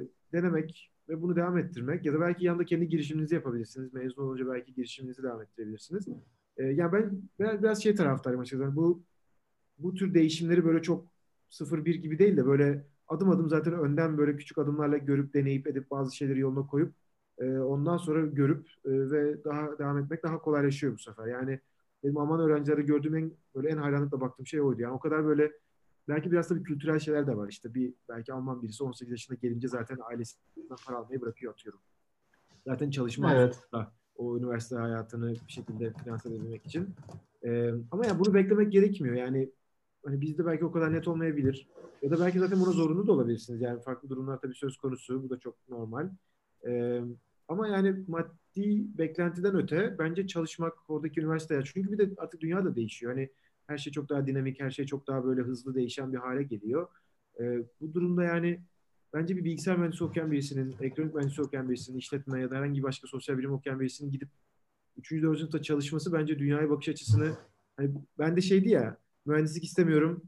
denemek ve bunu devam ettirmek ya da belki yanında kendi girişiminizi yapabilirsiniz. Mezun olunca belki girişiminizi devam ettirebilirsiniz. E, yani ben biraz, biraz şey taraftarıyım açıkçası. Yani bu bu tür değişimleri böyle çok sıfır bir gibi değil de böyle adım adım zaten önden böyle küçük adımlarla görüp deneyip edip bazı şeyleri yoluna koyup e, ondan sonra görüp e, ve daha devam etmek daha kolaylaşıyor bu sefer. Yani benim Alman öğrencilerde gördüğüm en böyle en hayranlıkla baktığım şey oydu. Yani o kadar böyle belki biraz da bir kültürel şeyler de var. İşte bir belki Alman birisi on sekiz yaşında gelince zaten ailesinden para almayı bırakıyor atıyorum. Zaten çalışmak Evet. zorunda o üniversite hayatını bir şekilde finanse edebilmek için. Ee, ama ya bunu beklemek gerekmiyor. Yani hani bizde belki o kadar net olmayabilir. Ya da belki zaten buna zorunlu da olabilirsiniz. Yani farklı durumlar tabii söz konusu. Bu da çok normal. Ee, ama yani maddi beklentiden öte bence çalışmak oradaki üniversiteye. Çünkü bir de artık dünya da değişiyor. Hani her şey çok daha dinamik, her şey çok daha böyle hızlı değişen bir hale geliyor. Ee, bu durumda yani bence bir bilgisayar mühendisi okuyan birisinin, elektronik mühendisi okuyan birisinin, işletme ya da herhangi başka sosyal bilim okuyan birisinin gidip üçüncü dördüncü sınıfta çalışması bence dünyaya bakış açısını hani ben de şeydi ya mühendislik istemiyorum.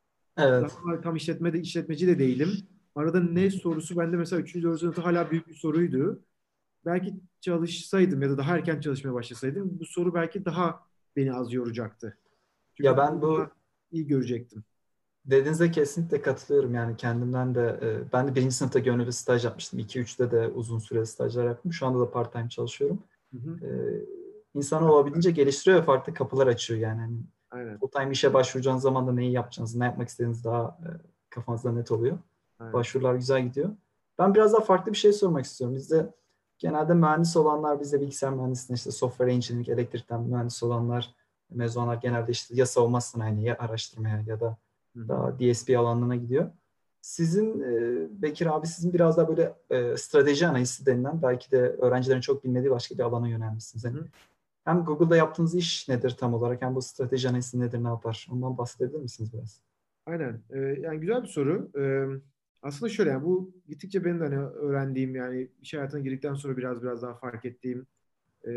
Evet. Daha tam işletme de, işletmeci de değilim. Arada ne sorusu bende mesela üçüncü dördüncü sınıfta hala büyük bir soruydu. Belki çalışsaydım ya da daha erken çalışmaya başlasaydım bu soru belki daha beni az yoracaktı. Ya Çünkü ben daha bu iyi görecektim. dediğinize kesinlikle katılıyorum. Yani kendimden de e, ben de birinci sınıfta gönüllü staj yapmıştım. iki üçte de uzun süre stajlar yaptım. Şu anda da part-time çalışıyorum. Hı hı. E, insanı olabildiğince geliştiriyor ve farklı kapılar açıyor yani. Hani Aynen. full-time işe başvuracağınız zaman da neyi yapacağınızı, ne yapmak istediğiniz daha e, kafanızda net oluyor. Aynen. Başvurular güzel gidiyor. Ben biraz daha farklı bir şey sormak istiyorum. Bizde genelde mühendis olanlar, bizde bilgisayar mühendisliğinde işte software engineering, elektrikten mühendis olanlar, mezun olanlar genelde işte ya savunma sanayine ya araştırmaya ya da Hı hı. daha D S P alanına gidiyor. Sizin e, Bekir abi sizin biraz daha böyle e, strateji analizi denilen belki de öğrencilerin çok bilmediği başka bir alana yönelmişsiniz. Hı Yani hı. hem Google'da yaptığınız iş nedir tam olarak hem bu strateji analizi nedir ne yapar? Ondan bahsedebilir misiniz biraz? Aynen. Ee, yani güzel bir soru. Ee, Aslında şöyle yani bu gittikçe benim de hani öğrendiğim yani iş hayatına girdikten sonra biraz biraz daha fark ettiğim e,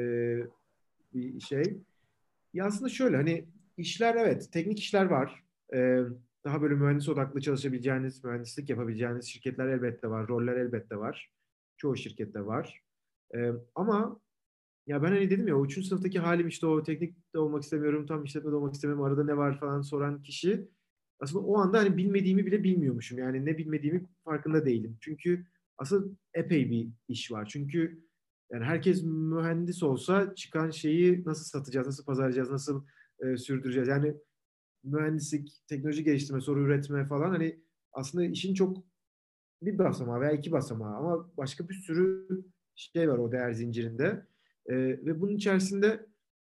bir şey. Ya aslında şöyle hani işler evet teknik işler var. E, daha böyle mühendis odaklı çalışabileceğiniz, mühendislik yapabileceğiniz şirketler elbette var. Roller elbette var. Çoğu şirkette var. E, ama ya ben hani dedim ya o üçüncü sınıftaki halim işte o teknikte olmak istemiyorum, tam işletmede olmak istemiyorum, arada ne var falan soran kişi aslında o anda hani bilmediğimi bile bilmiyormuşum. Yani ne bilmediğimi farkında değilim. Çünkü aslında epey bir iş var. Çünkü yani herkes mühendis olsa çıkan şeyi nasıl satacağız, nasıl pazarlayacağız, nasıl e, sürdüreceğiz? Yani mühendislik, teknoloji geliştirme, soru üretme falan hani aslında işin çok bir basamağı veya iki basamağı ama başka bir sürü şey var o değer zincirinde. Ee, ve bunun içerisinde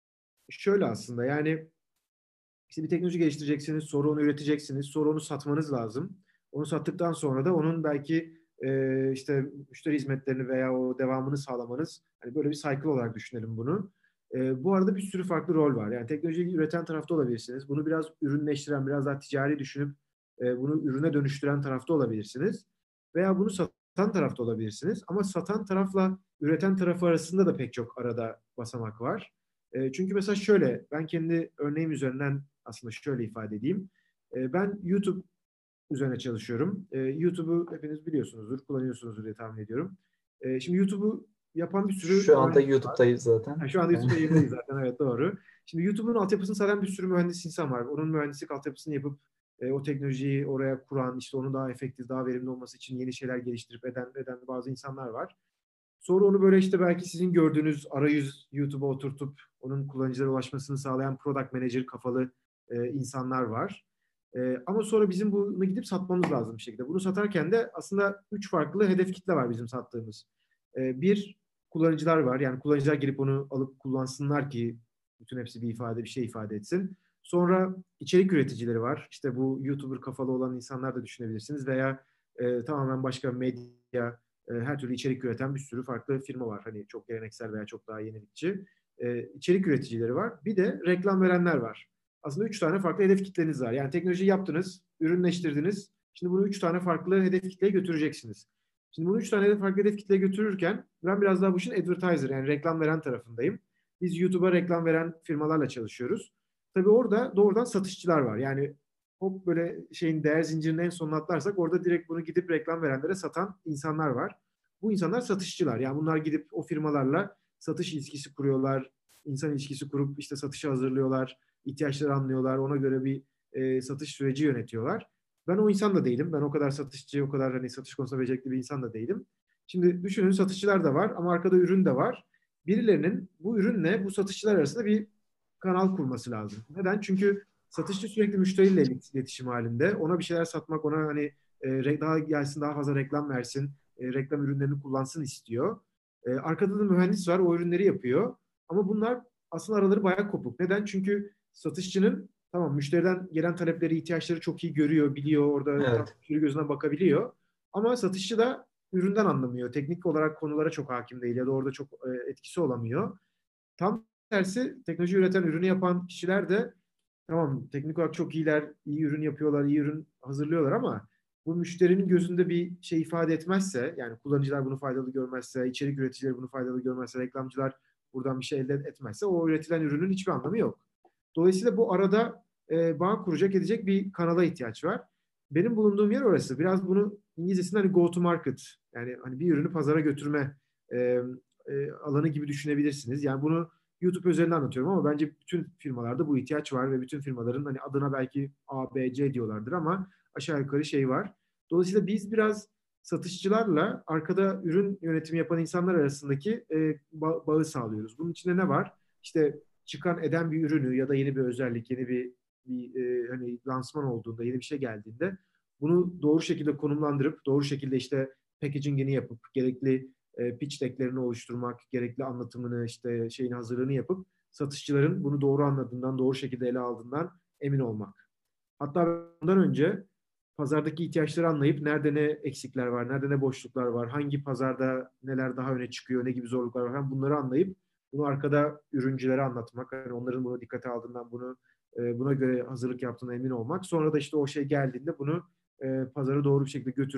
şöyle aslında yani işte bir teknoloji geliştireceksiniz, sonra onu üreteceksiniz, sonra onu satmanız lazım. Onu sattıktan sonra da onun belki e, işte müşteri hizmetlerini veya o devamını sağlamanız. Hani böyle bir cycle olarak düşünelim bunu. E, bu arada bir sürü farklı rol var. Yani teknolojiyi üreten tarafta olabilirsiniz. Bunu biraz ürünleştiren, biraz daha ticari düşünüp e, bunu ürüne dönüştüren tarafta olabilirsiniz. Veya bunu satan tarafta olabilirsiniz. Ama satan tarafla üreten taraf arasında da pek çok arada basamak var. E, çünkü mesela şöyle, ben kendi örneğim üzerinden aslında şöyle ifade edeyim. E, ben YouTube üzerine çalışıyorum. E, YouTube'u hepiniz biliyorsunuzdur, kullanıyorsunuzdur diye tahmin ediyorum. E, şimdi YouTube'u yapan bir sürü Şu anda mühendis var. YouTube'dayız zaten. Ha, şu anda Yani YouTube'da yayındayız zaten, evet doğru. Şimdi YouTube'un altyapısını sağlayan bir sürü mühendis insan var. Onun mühendislik altyapısını yapıp e, o teknolojiyi oraya kuran, işte onun daha efektif, daha verimli olması için yeni şeyler geliştirip eden, eden bazı insanlar var. Sonra onu böyle işte belki sizin gördüğünüz arayüz YouTube'a oturtup onun kullanıcılara ulaşmasını sağlayan product manager kafalı e, insanlar var. E, ama sonra bizim bunu gidip satmamız lazım bir şekilde. Bunu satarken de aslında üç farklı hedef kitle var bizim sattığımız. E, bir, kullanıcılar var. Yani kullanıcılar gelip onu alıp kullansınlar ki bütün hepsi bir ifade, bir şey ifade etsin. Sonra içerik üreticileri var. İşte bu YouTuber kafalı olan insanlar da düşünebilirsiniz veya e, tamamen başka medya, e, her türlü içerik üreten bir sürü farklı firma var. Hani çok geleneksel veya çok daha yenilikçi. E, içerik üreticileri var. Bir de reklam verenler var. Aslında üç tane farklı hedef kitleniz var. Yani teknoloji yaptınız, ürünleştirdiniz. Şimdi bunu üç tane farklı hedef kitleye götüreceksiniz. Şimdi bunu üç tane farklı hedef kitleye götürürken ben biraz daha bu işin advertiser yani reklam veren tarafındayım. Biz YouTube'a reklam veren firmalarla çalışıyoruz. Tabii orada doğrudan satışçılar var. Yani hop böyle şeyin değer zincirinin en sonuna atlarsak orada direkt bunu gidip reklam verenlere satan insanlar var. Bu insanlar satışçılar. Yani bunlar gidip o firmalarla satış ilişkisi kuruyorlar. İnsan ilişkisi kurup işte satışa hazırlıyorlar. İhtiyaçları anlıyorlar. Ona göre bir e, satış süreci yönetiyorlar. Ben o insan da değilim. Ben o kadar satışçı, o kadar hani satış konusunda becerikli bir insan da değilim. Şimdi düşünün satışçılar da var ama arkada ürün de var. Birilerinin bu ürünle bu satışçılar arasında bir kanal kurması lazım. Neden? Çünkü satışçı sürekli müşteriyle iletişim halinde. Ona bir şeyler satmak, ona hani e, daha gelsin, daha fazla reklam versin, e, reklam ürünlerini kullansın istiyor. E, arkada da mühendis var, o ürünleri yapıyor. Ama bunlar aslında araları bayağı kopuk. Neden? Çünkü satışçının tamam müşteriden gelen talepleri, ihtiyaçları çok iyi görüyor, biliyor. Orada tam evet. müşteri gözüne bakabiliyor. Ama satışçı da üründen anlamıyor. Teknik olarak konulara çok hakim değil ya da orada çok e, etkisi olamıyor. Tam tersi teknoloji üreten, ürünü yapan kişiler de tamam teknik olarak çok iyiler, iyi ürün yapıyorlar, iyi ürün hazırlıyorlar ama bu müşterinin gözünde bir şey ifade etmezse, yani kullanıcılar bunu faydalı görmezse, içerik üreticileri bunu faydalı görmezse, reklamcılar buradan bir şey elde etmezse o üretilen ürünün hiçbir anlamı yok. Dolayısıyla bu arada e, bağ kuracak edecek bir kanala ihtiyaç var. Benim bulunduğum yer orası. Biraz bunu İngilizcesinde hani go to market yani hani bir ürünü pazara götürme e, e, alanı gibi düşünebilirsiniz. Yani bunu YouTube üzerinden anlatıyorum ama bence bütün firmalarda bu ihtiyaç var ve bütün firmaların hani adına belki A, B, C diyorlardır ama aşağı yukarı şey var. Dolayısıyla biz biraz satışçılarla arkada ürün yönetimi yapan insanlar arasındaki e, ba- bağı sağlıyoruz. Bunun içinde ne var? İşte çıkan eden bir ürünü ya da yeni bir özellik, yeni bir, bir e, hani lansman olduğunda, yeni bir şey geldiğinde bunu doğru şekilde konumlandırıp doğru şekilde işte packaging'ini yapıp gerekli e, pitch decklerini oluşturmak, gerekli anlatımını işte şeyin hazırlığını yapıp satışçıların bunu doğru anladığından, doğru şekilde ele aldığından emin olmak. Hatta bundan önce pazardaki ihtiyaçları anlayıp nerede ne eksikler var, nerede ne boşluklar var, hangi pazarda neler daha öne çıkıyor, ne gibi zorluklar var falan bunları anlayıp bunu arkada ürüncülere anlatmak, yani onların bunu dikkate aldığından, bunu e, buna göre hazırlık yaptığına emin olmak. Sonra da işte o şey geldiğinde bunu e, pazara doğru bir şekilde götürüp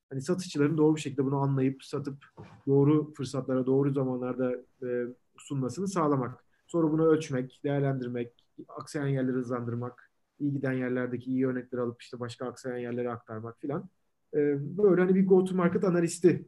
hani satışçıların doğru bir şekilde bunu anlayıp satıp doğru fırsatlara doğru zamanlarda e, sunmasını sağlamak. Sonra bunu ölçmek, değerlendirmek, aksayan yerleri hızlandırmak, iyi giden yerlerdeki iyi örnekleri alıp işte başka aksayan yerlere aktarmak filan. E, böyle hani bir go-to-market analisti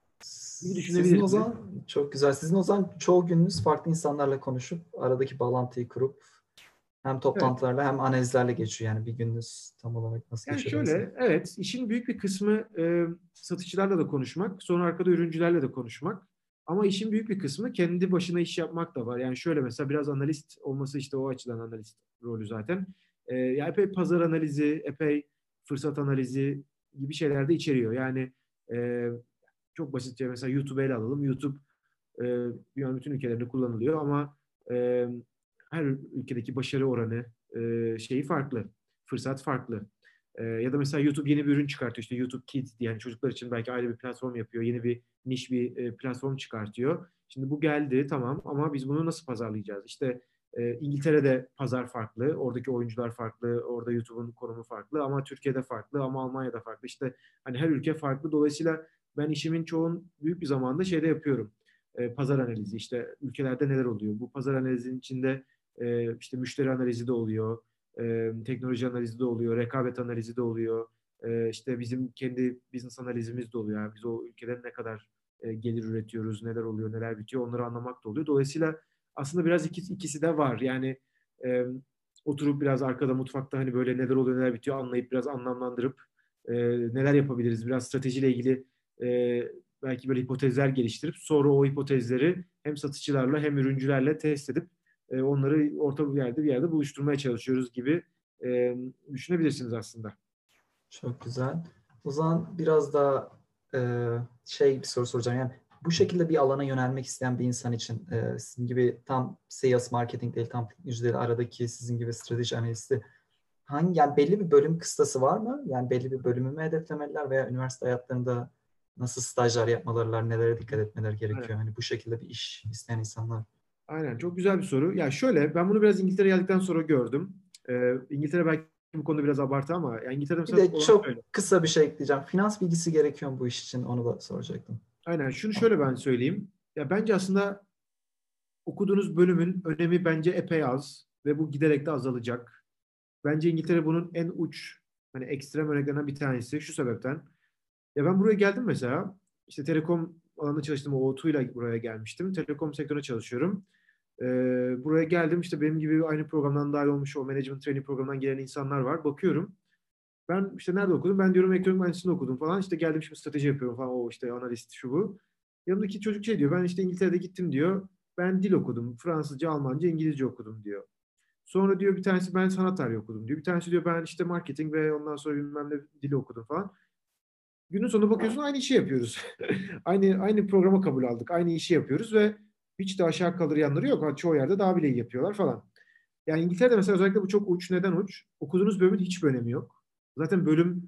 gibi Sizin o düşünebilirsiniz. zaman çok güzel. Sizin o zaman çoğu gününüz farklı insanlarla konuşup aradaki bağlantıyı kurup hem Evet. toplantılarla hem analizlerle geçiyor. Yani bir gününüz tam olarak nasıl Yani geçiyor dersin? şöyle, evet, işin büyük bir kısmı e, satışçılarla da konuşmak, sonra arkada ürüncülerle de konuşmak. Ama işin büyük bir kısmı kendi başına iş yapmak da var. Yani şöyle mesela biraz analist olması işte o açıdan analist rolü zaten. E, ya epey pazar analizi, epey fırsat analizi gibi şeyler de içeriyor. Yani e, çok basitçe mesela YouTube'u ele alalım. YouTube e, dünyanın bütün ülkelerinde kullanılıyor ama e, her ülkedeki başarı oranı e, şeyi farklı, fırsat farklı. E, ya da mesela YouTube yeni bir ürün çıkartıyor. İşte YouTube Kids diye yani çocuklar için belki ayrı bir platform yapıyor. Yeni bir niş bir e, platform çıkartıyor. Şimdi bu geldi tamam ama biz bunu nasıl pazarlayacağız? İşte e, İngiltere'de pazar farklı, oradaki oyuncular farklı, orada YouTube'un konumu farklı ama Türkiye'de farklı ama Almanya'da farklı. İşte hani her ülke farklı. Dolayısıyla ben işimin çoğun büyük bir zamanda şeyde yapıyorum. E, pazar analizi işte ülkelerde neler oluyor? Bu pazar analizinin içinde e, işte müşteri analizi de oluyor, e, teknoloji analizi de oluyor, rekabet analizi de oluyor. E, işte bizim kendi business analizimiz de oluyor. Yani biz o ülkeden ne kadar e, gelir üretiyoruz, neler oluyor, neler bitiyor onları anlamak da oluyor. Dolayısıyla aslında biraz ikisi, ikisi de var. Yani e, oturup biraz arkada mutfakta hani böyle neler oluyor, neler bitiyor anlayıp biraz anlamlandırıp e, neler yapabiliriz, biraz stratejiyle ilgili e, belki böyle hipotezler geliştirip sonra o hipotezleri hem satışçılarla hem ürüncülerle test edip e, onları orta bir yerde bir yerde buluşturmaya çalışıyoruz gibi e, düşünebilirsiniz aslında. Çok güzel. O zaman biraz daha e, şey bir soru soracağım. Yani bu şekilde bir alana yönelmek isteyen bir insan için e, sizin gibi tam sales marketing değil, tam teknoloji değil, aradaki sizin gibi strateji analisti hangi yani belli bir bölüm kıstası var mı? Yani belli bir bölümü mü hedeflemeliler veya üniversite hayatlarında nasıl stajlar yapmalılar, nelere dikkat etmeleri Aynen. gerekiyor? Hani bu şekilde bir iş isteyen insanlar. Aynen. Çok güzel bir soru. Ya şöyle ben bunu biraz İngiltere'ye geldikten sonra gördüm. E, İngiltere belki bu konuda biraz abartı ama ya İngiltere'de Bir mesela de olan çok şöyle. kısa bir şey ekleyeceğim. Finans bilgisi gerekiyor mu bu iş için? Onu da soracaktım. Aynen. Şunu şöyle ben söyleyeyim. Ya bence aslında okuduğunuz bölümün önemi bence epey az ve bu giderek de azalacak. Bence İngiltere bunun en uç hani ekstrem örneklerinden bir tanesi şu sebepten. Ya ben buraya geldim mesela. İşte telekom alanında çalıştım. O O ile buraya gelmiştim. Telekom sektöründe çalışıyorum. Ee, buraya geldim. İşte benim gibi aynı programdan dahil olmuş o management training programından gelen insanlar var. Bakıyorum. Ben işte nerede okudum? Ben diyorum elektronik mühendisliğinde okudum falan. İşte geldim şimdi strateji yapıyorum falan. O işte analist şu bu. Yanımdaki çocuk şey diyor. Ben işte İngiltere'de gittim diyor. Ben dil okudum. Fransızca, Almanca, İngilizce okudum diyor. Sonra diyor bir tanesi ben sanat tarihi okudum diyor. Bir tanesi diyor ben işte marketing ve ondan sonra bilmem ne dili okudum falan. Günün sonunda bakıyorsun aynı işi yapıyoruz. Aynı aynı programa kabul aldık. Aynı işi yapıyoruz ve hiç de aşağı kalır yanları yok. Çoğu yerde daha bile iyi yapıyorlar falan. Yani İngiltere'de mesela özellikle bu çok uç. Neden uç? Okuduğunuz bölümün hiçbir önemi yok. Zaten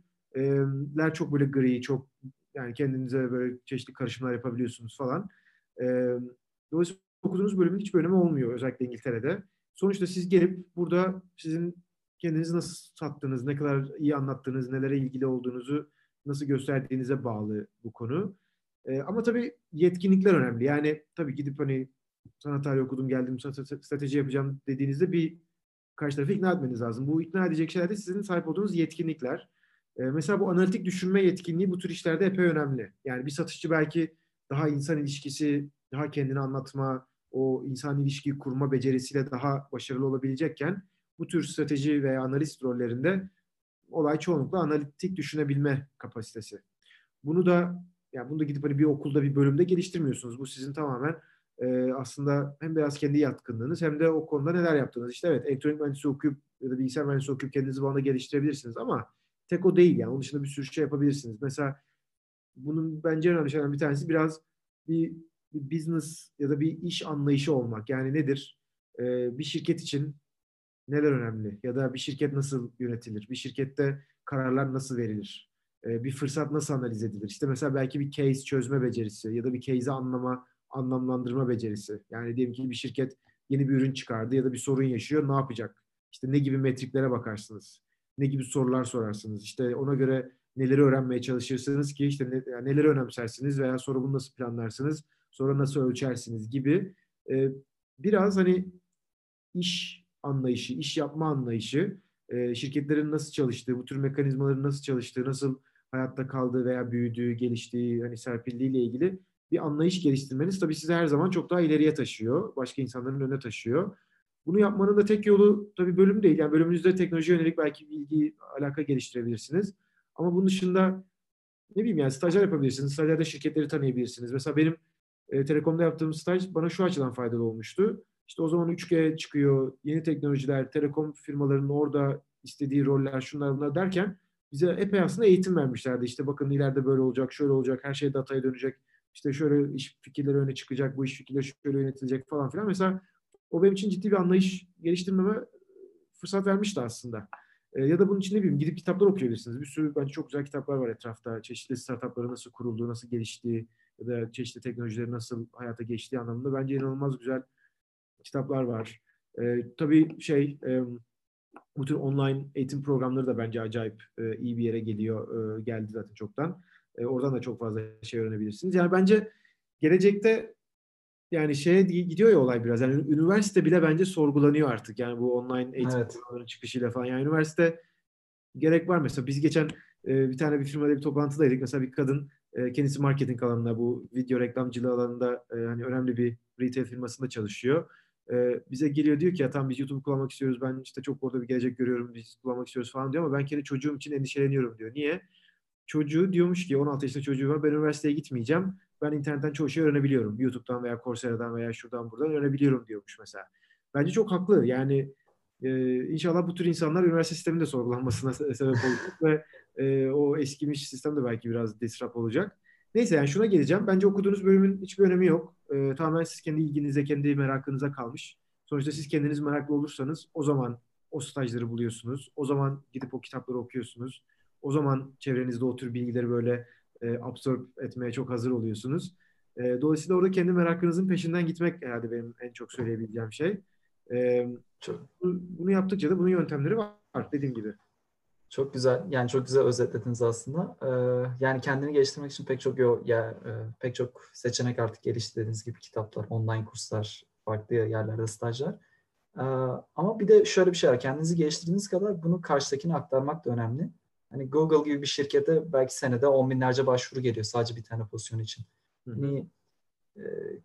bölümler çok böyle gri, çok yani kendinize böyle çeşitli karışımlar yapabiliyorsunuz falan. E, dolayısıyla okuduğunuz bölümün hiçbir önemi olmuyor özellikle İngiltere'de. Sonuçta siz gelip burada sizin kendinizi nasıl sattığınız, ne kadar iyi anlattığınız, nelere ilgili olduğunuzu nasıl gösterdiğinize bağlı bu konu. E, ama tabii yetkinlikler önemli. Yani tabii gidip hani sanat tarihi okudum geldim strateji yapacağım dediğinizde bir karşı tarafı ikna etmeniz lazım. Bu ikna edecek şeyler de sizin sahip olduğunuz yetkinlikler. E, mesela bu analitik düşünme yetkinliği bu tür işlerde epey önemli. Yani bir satışçı belki daha insan ilişkisi, daha kendini anlatma, o insan ilişkiyi kurma becerisiyle daha başarılı olabilecekken bu tür strateji veya analist rollerinde olay çoğunlukla analitik düşünebilme kapasitesi. Bunu da yani bunu da gidip hani bir okulda bir bölümde geliştirmiyorsunuz. Bu sizin tamamen e, aslında hem biraz kendi yatkınlığınız hem de o konuda neler yaptığınız. İşte evet elektronik mühendisliği okuyup ya da bilgisayar mühendisliği okuyup kendinizi bu anda geliştirebilirsiniz ama tek o değil yani. Onun dışında bir sürü şey yapabilirsiniz. Mesela bunun bence en önemli şeylerden bir tanesi biraz bir, bir business ya da bir iş anlayışı olmak. Yani nedir? E, bir şirket için neler önemli? Ya da bir şirket nasıl yönetilir? Bir şirkette kararlar nasıl verilir? Ee, bir fırsat nasıl analiz edilir? İşte mesela belki bir case çözme becerisi ya da bir case'i anlama, anlamlandırma becerisi. Yani diyelim ki bir şirket yeni bir ürün çıkardı ya da bir sorun yaşıyor. Ne yapacak? İşte ne gibi metriklere bakarsınız? Ne gibi sorular sorarsınız? İşte ona göre neleri öğrenmeye çalışırsınız ki işte ne, yani neleri önemsersiniz veya sonra bunu nasıl planlarsınız, sonra nasıl ölçersiniz gibi e, biraz hani iş anlayışı, iş yapma anlayışı, e, şirketlerin nasıl çalıştığı, bu tür mekanizmaların nasıl çalıştığı, nasıl hayatta kaldığı veya büyüdüğü, geliştiği, hani serpildiği ile ilgili bir anlayış geliştirmeniz tabii sizi her zaman çok daha ileriye taşıyor. Başka insanların önüne taşıyor. Bunu yapmanın da tek yolu tabii bölüm değil. Yani bölümünüzde teknoloji yönelik belki bilgi, alaka geliştirebilirsiniz. Ama bunun dışında ne bileyim yani stajyer yapabilirsiniz. Stajyerde şirketleri tanıyabilirsiniz. Mesela benim e, Telekom'da yaptığım staj bana şu açıdan faydalı olmuştu. İşte o zaman üç G çıkıyor, yeni teknolojiler, telekom firmalarının orada istediği roller, şunlar bunlar derken bize epey aslında eğitim vermişlerdi. İşte bakın ileride böyle olacak, şöyle olacak, her şey dataya dönecek. İşte şöyle iş fikirleri öne çıkacak, bu iş fikirleri şöyle yönetilecek falan filan. Mesela o benim için ciddi bir anlayış geliştirmeme fırsat vermişti aslında. E, ya da bunun için ne bileyim gidip kitaplar okuyabilirsiniz. Bir sürü bence çok güzel kitaplar var etrafta. Çeşitli startupların nasıl kurulduğu, nasıl geliştiği ya da çeşitli teknolojilerin nasıl hayata geçtiği anlamında bence inanılmaz güzel kitaplar var. E, tabii şey e, bu tür online eğitim programları da bence acayip e, iyi bir yere geliyor. E, geldi zaten çoktan. E, oradan da çok fazla şey öğrenebilirsiniz. Yani bence gelecekte yani şeye gidiyor ya olay biraz. Yani üniversite bile bence sorgulanıyor artık. Yani bu online eğitim Evet. programlarının çıkışıyla falan. Yani üniversite gerek var. Mesela biz geçen e, bir tane bir firmada bir toplantıdaydık. Mesela bir kadın e, kendisi marketing alanında bu video reklamcılığı alanında e, hani önemli bir retail firmasında çalışıyor. E, bize geliyor diyor ki ya tam biz YouTube kullanmak istiyoruz. Ben işte çok orada bir gelecek görüyorum. Biz kullanmak istiyoruz falan diyor ama ben kendi çocuğum için endişeleniyorum diyor. Niye? Çocuğu diyormuş ki on altı yaşında çocuğu var. Ben üniversiteye gitmeyeceğim. Ben internetten çoğu şey öğrenebiliyorum. YouTube'dan veya Coursera'dan veya şuradan buradan öğrenebiliyorum diyormuş mesela. Bence çok haklı. Yani e, inşallah bu tür insanlar üniversite sisteminde sorgulanmasına se- sebep olacak ve e, o eskimiş sistem de belki biraz disrupt olacak. Neyse yani şuna geleceğim. Bence okuduğunuz bölümün hiçbir önemi yok. E, tamamen siz kendi ilginize, kendi merakınıza kalmış. Sonuçta siz kendiniz meraklı olursanız o zaman o stajları buluyorsunuz. O zaman gidip o kitapları okuyorsunuz. O zaman çevrenizde o tür bilgileri böyle e, absorb etmeye çok hazır oluyorsunuz. E, dolayısıyla orada kendi merakınızın peşinden gitmek herhalde benim en çok söyleyebileceğim şey. E, Çok, bu- Bunu yaptıkça da bunun yöntemleri var dediğim gibi. çok güzel. Yani çok güzel özetlediniz aslında. Ee, yani kendini geliştirmek için pek çok yol, ya e, pek çok seçenek artık gelişti dediğiniz gibi kitaplar, online kurslar, farklı yerlerde stajlar. Ee, ama bir de şöyle bir şey var. Kendinizi geliştirdiğiniz kadar bunu karşıdakine aktarmak da önemli. Hani Google gibi bir şirkete belki senede on binlerce başvuru geliyor sadece bir tane pozisyon için. Hı hı. Hani e,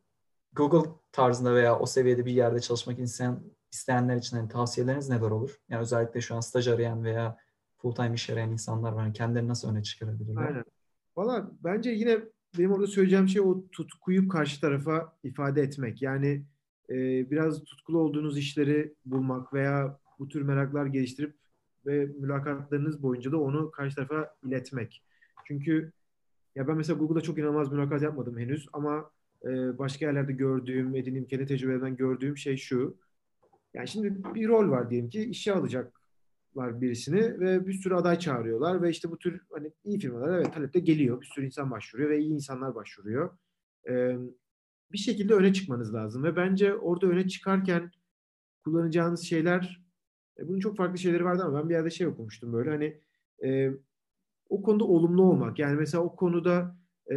Google tarzında veya o seviyede bir yerde çalışmak isteyen, isteyenler için hani tavsiyeleriniz neler olur? Yani özellikle şu an staj arayan veya full-time iş arayan insanlar var. Yani kendilerini nasıl öne çıkarabilirler? Aynen. Valla bence yine benim orada söyleyeceğim şey o tutkuyu karşı tarafa ifade etmek. Yani e, biraz tutkulu olduğunuz işleri bulmak veya bu tür meraklar geliştirip ve mülakatlarınız boyunca da onu karşı tarafa iletmek. Çünkü ya ben mesela Google'da çok inanılmaz mülakat yapmadım henüz ama e, başka yerlerde gördüğüm, edindiğim, kendi tecrübelerimden gördüğüm şey şu. Yani şimdi bir rol var diyelim ki işe alacaklar birisini ve bir sürü aday çağırıyorlar ve işte bu tür hani iyi firmalar evet talepte geliyor. Bir sürü insan başvuruyor ve iyi insanlar başvuruyor. E, Bir şekilde öne çıkmanız lazım ve bence orada öne çıkarken kullanacağınız şeyler e, bunun çok farklı şeyleri vardı ama ben bir yerde şey okumuştum böyle hani e, o konuda olumlu olmak. Yani mesela o konuda e,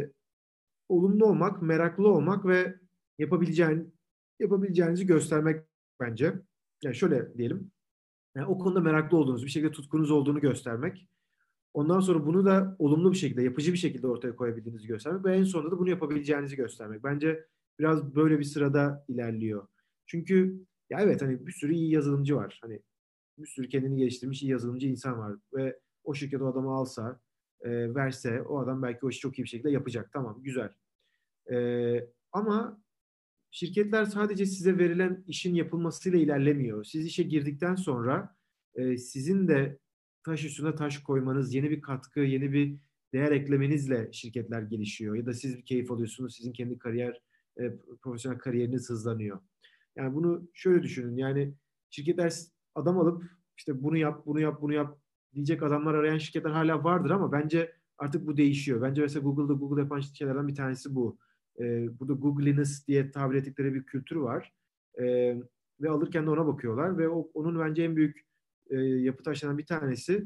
olumlu olmak, meraklı olmak ve yapabileceğin, yapabileceğinizi göstermek bence. Yani şöyle diyelim. Yani o konuda meraklı olduğunuz, bir şekilde tutkunuz olduğunu göstermek. Ondan sonra bunu da olumlu bir şekilde, yapıcı bir şekilde ortaya koyabildiğinizi göstermek ve en sonunda da bunu yapabileceğinizi göstermek. Bence biraz böyle bir sırada ilerliyor. Çünkü ya evet hani bir sürü iyi yazılımcı var. Hani bir sürü kendini geliştirmiş iyi yazılımcı insan var ve o şirket o adamı alsa, e, verse o adam belki o işi çok iyi bir şekilde yapacak. Tamam, güzel. E, ama şirketler sadece size verilen işin yapılmasıyla ilerlemiyor. Siz işe girdikten sonra e, sizin de taş üstüne taş koymanız, yeni bir katkı, yeni bir değer eklemenizle şirketler gelişiyor. Ya da siz bir keyif alıyorsunuz, sizin kendi kariyer, e, profesyonel kariyeriniz hızlanıyor. Yani bunu şöyle düşünün. Yani şirketler adam alıp işte bunu yap, bunu yap, bunu yap diyecek adamlar arayan şirketler hala vardır ama bence artık bu değişiyor. Bence mesela Google'da Google yapan şeylerden bir tanesi bu. E, burada Googliness diye tabir ettikleri bir kültür var. E, Ve alırken de ona bakıyorlar ve o, onun bence en büyük e, yapı taşlarından bir tanesi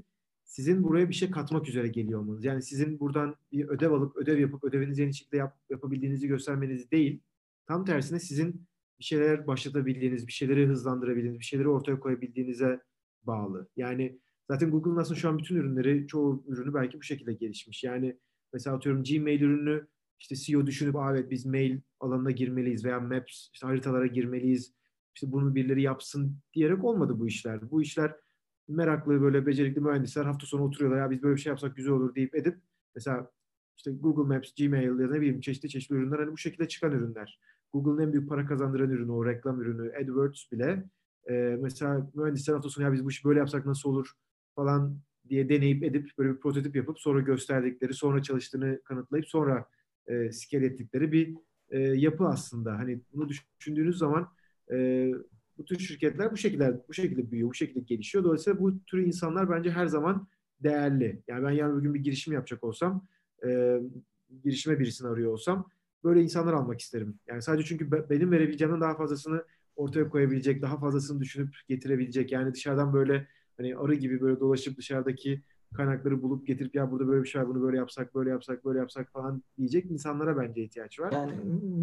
sizin buraya bir şey katmak üzere geliyor olmanız. Yani sizin buradan bir ödev alıp ödev yapıp ödevinizi en iyi şekilde yap, yapabildiğinizi göstermeniz değil. Tam tersine sizin bir şeyler başlatabildiğiniz, bir şeyleri hızlandırabildiğiniz, bir şeyleri ortaya koyabildiğinize bağlı. Yani zaten Google'ın aslında şu an bütün ürünleri, çoğu ürünü belki bu şekilde gelişmiş. Yani mesela atıyorum Gmail ürünü işte C E O düşünüp evet biz mail alanına girmeliyiz veya Maps işte haritalara girmeliyiz. İşte bunu birileri yapsın diyerek olmadı bu işler. Bu işler meraklı böyle becerikli mühendisler hafta sonu oturuyorlar ya biz böyle bir şey yapsak güzel olur deyip edip mesela işte Google Maps, Gmail ya da ne bileyim çeşitli çeşitli ürünler hani bu şekilde çıkan ürünler. Google'ın en büyük para kazandıran ürünü o reklam ürünü AdWords bile e, mesela mühendisler hafta sonu ya biz bu işi böyle yapsak nasıl olur falan diye deneyip edip böyle bir prototip yapıp sonra gösterdikleri sonra çalıştığını kanıtlayıp sonra e, scale ettikleri bir e, yapı aslında. Hani bunu düşündüğünüz zaman e, bu tür şirketler bu şekilde bu şekilde büyüyor, bu şekilde gelişiyor. Dolayısıyla bu tür insanlar bence her zaman değerli. Yani ben yarın bir gün bir girişim yapacak olsam, e, girişime birisini arıyor olsam böyle insanlar almak isterim. Yani sadece çünkü be, benim verebileceğimden daha fazlasını ortaya koyabilecek, daha fazlasını düşünüp getirebilecek. Yani dışarıdan böyle hani arı gibi böyle dolaşıp dışarıdaki kaynakları bulup getirip ya burada böyle bir şey var, bunu böyle yapsak, böyle yapsak, böyle yapsak falan diyecek insanlara bence ihtiyaç var. Yani